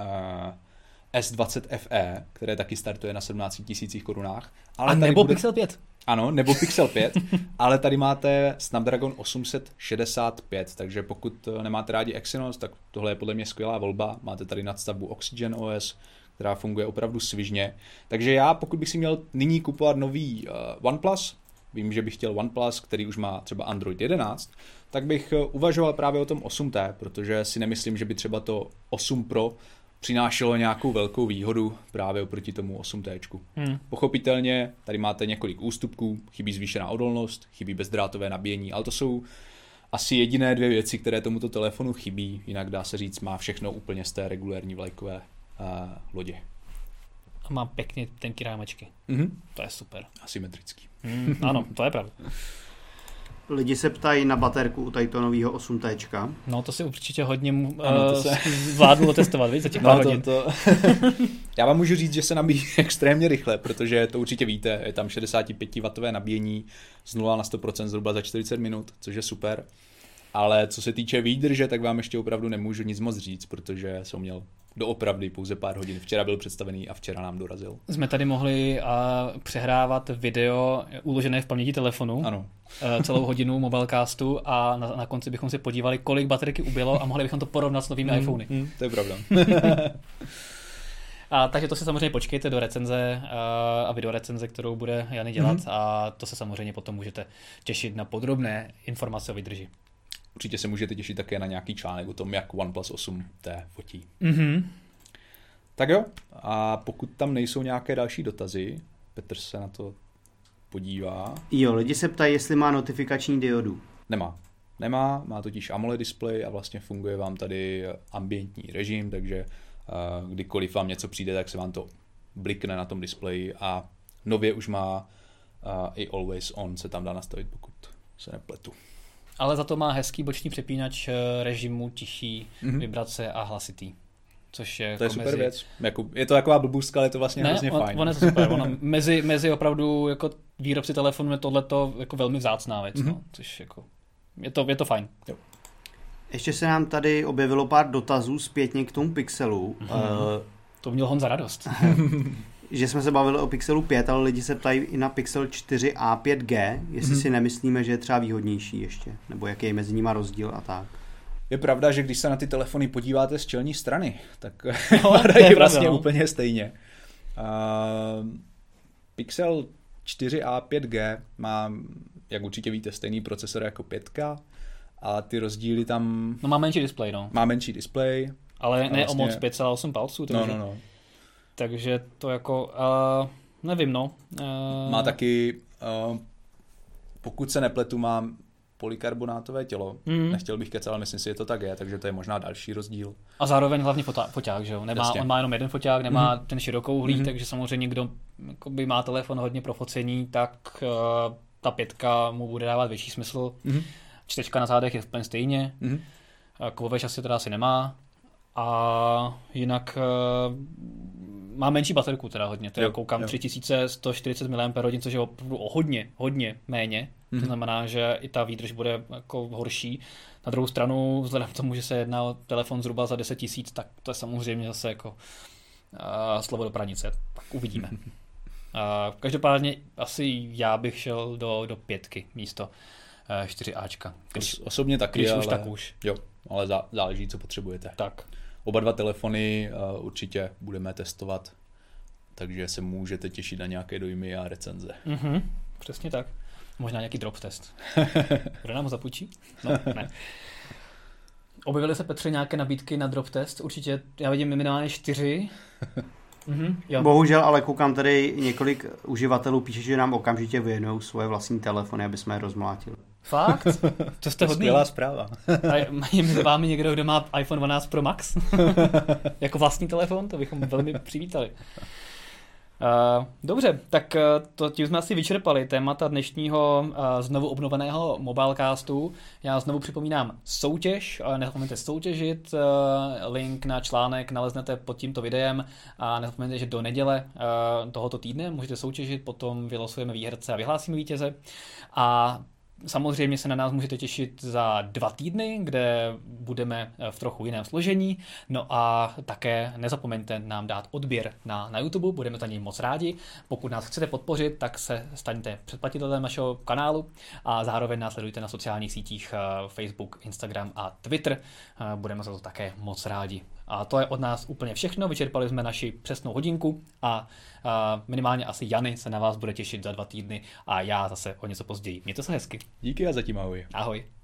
S20 FE, které taky startuje na 17 000 korunách. Ale nebo Pixel 5. Ano, nebo Pixel 5, ale tady máte Snapdragon 865, takže pokud nemáte rádi Exynos, tak tohle je podle mě skvělá volba. Máte tady nadstavbu Oxygen OS, která funguje opravdu svižně. Takže já, pokud bych si měl nyní kupovat nový OnePlus, vím, že bych chtěl OnePlus, který už má třeba Android 11, tak bych uvažoval právě o tom 8T, protože si nemyslím, že by třeba to 8 Pro přinášelo nějakou velkou výhodu právě oproti tomu 8T. Pochopitelně tady máte několik ústupků, chybí zvýšená odolnost, chybí bezdrátové nabíjení, ale to jsou asi jediné dvě věci, které tomuto telefonu chybí, jinak dá se říct, má všechno úplně z té regulérní vlajkové lodě. a má pěkně tenký rámečky. To je super. Asymetrický. Ano, to je pravda. Lidi se ptají na baterku u tady to novýho 8T. No to si určitě hodně zvládnu testovat, víš, za těch pár hodin. Já vám můžu říct, že se nabíjí extrémně rychle, protože to určitě víte, je tam 65W nabíjení z 0 na 100% zhruba za 40 minut, což je super. Ale co se týče výdrže, tak vám ještě opravdu nemůžu nic moc říct, protože jsem měl doopravdy pouze pár hodin. Včera byl představený a včera nám dorazil. Jsme tady mohli přehrávat video uložené v paměti telefonu. Ano. Celou hodinu mobilecastu a na konci bychom si podívali, kolik baterky ubylo a mohli bychom to porovnat s novými iPhony. To je pravda. Takže to si samozřejmě počkejte do recenze a videorecenze, kterou bude Jany dělat a to se samozřejmě potom můžete těšit na podrobné informace o výdrži. Určitě se můžete těšit také na nějaký článek o tom, jak OnePlus 8T fotí. Tak jo, a pokud tam nejsou nějaké další dotazy, Petr se na to podívá. Jo, lidi se ptají, jestli má notifikační diodu. Nemá, má totiž AMOLED display a vlastně funguje vám tady ambientní režim, takže kdykoliv vám něco přijde, tak se vám to blikne na tom displeji a nově už má i Always On se tam dá nastavit, pokud se nepletu. Ale za to má hezký boční přepínač režimu, tichý, vibrace a hlasitý. Což je, to je super věc. Je to taková blbůstka, ale je to vlastně hrozně fajn. On je to super. Mezi opravdu jako výrobci telefonu je tohleto jako velmi vzácná věc. No, což jako, je to fajn. Jo. Ještě se nám tady objevilo pár dotazů zpětně k tomu Pixelu. To měl Honza radost. Že jsme se bavili o Pixelu 5, ale lidi se ptají i na Pixel 4 a 5G, jestli si nemyslíme, že je třeba výhodnější ještě, nebo jaký je mezi nimi rozdíl a tak. Je pravda, že když se na ty telefony podíváte z čelní strany, tak vypadají vlastně úplně stejně. Pixel 4a 5G má, jak určitě víte, stejný procesor jako 5, a ty rozdíly tam... No má menší displej, no. Má menší displej. Ale ne vlastně... o moc 5,8 palců. Takže... No. Takže to jako, nevím, no. Má taky, pokud se nepletu, má polykarbonátové tělo. Nechtěl bych kecat, ale myslím si, že to tak je, takže to je možná další rozdíl. A zároveň hlavně foťák, že jo? On má jenom jeden foťák, nemá ten širokouhlý, takže samozřejmě kdo má telefon hodně pro focení, tak ta 5 mu bude dávat větší smysl. 4 na zádech je úplně stejně. Kovové šasy teda asi nemá. A jinak má menší baterku teda hodně, teda koukám 3140 mAh, což je opravdu o hodně méně, to znamená, že i ta výdrž bude jako horší. Na druhou stranu, vzhledem k tomu, že se jedná o telefon zhruba za 10 000, tak to je samozřejmě zase jako slovo do pranice, tak uvidíme. Každopádně asi já bych šel do 5 místo 4Ačka. Osobně taky, když ale, už, tak už. Jo, ale záleží, co potřebujete. Tak. Oba dva telefony určitě budeme testovat, takže se můžete těšit na nějaké dojmy a recenze. Přesně tak. Možná nějaký drop test. Kdo nám ho zapůjčí? No, ne. Objevily se, Petře, nějaké nabídky na drop test? Určitě, já vidím minimálně 4. Jo. Bohužel, ale koukám tady několik uživatelů píše, že nám okamžitě věnují svoje vlastní telefony, aby jsme je rozmlátili. Fakt? To jste hodný. Skvělá zpráva. A je mezi vámi někdo, kdo má iPhone 12 Pro Max? Jako vlastní telefon? To bychom velmi přivítali. Dobře, tak tím jsme asi vyčerpali témata dnešního znovu obnoveného Mobilecastu. Já znovu připomínám soutěž, nezapomeňte soutěžit, link na článek naleznete pod tímto videem a nezapomeňte, že do neděle tohoto týdne můžete soutěžit, potom vylosujeme výherce a vyhlásíme vítěze. A samozřejmě se na nás můžete těšit za 2 týdny, kde budeme v trochu jiném složení. No a také nezapomeňte nám dát odběr na YouTube, budeme za něj moc rádi. Pokud nás chcete podpořit, tak se staňte předplatitelem našeho kanálu a zároveň nás sledujte na sociálních sítích Facebook, Instagram a Twitter. Budeme za to také moc rádi. A to je od nás úplně všechno, vyčerpali jsme naši přesnou hodinku a minimálně asi Jany se na vás bude těšit za 2 týdny a já zase o něco později. Mějte se hezky. Díky a zatím ahoj. Ahoj.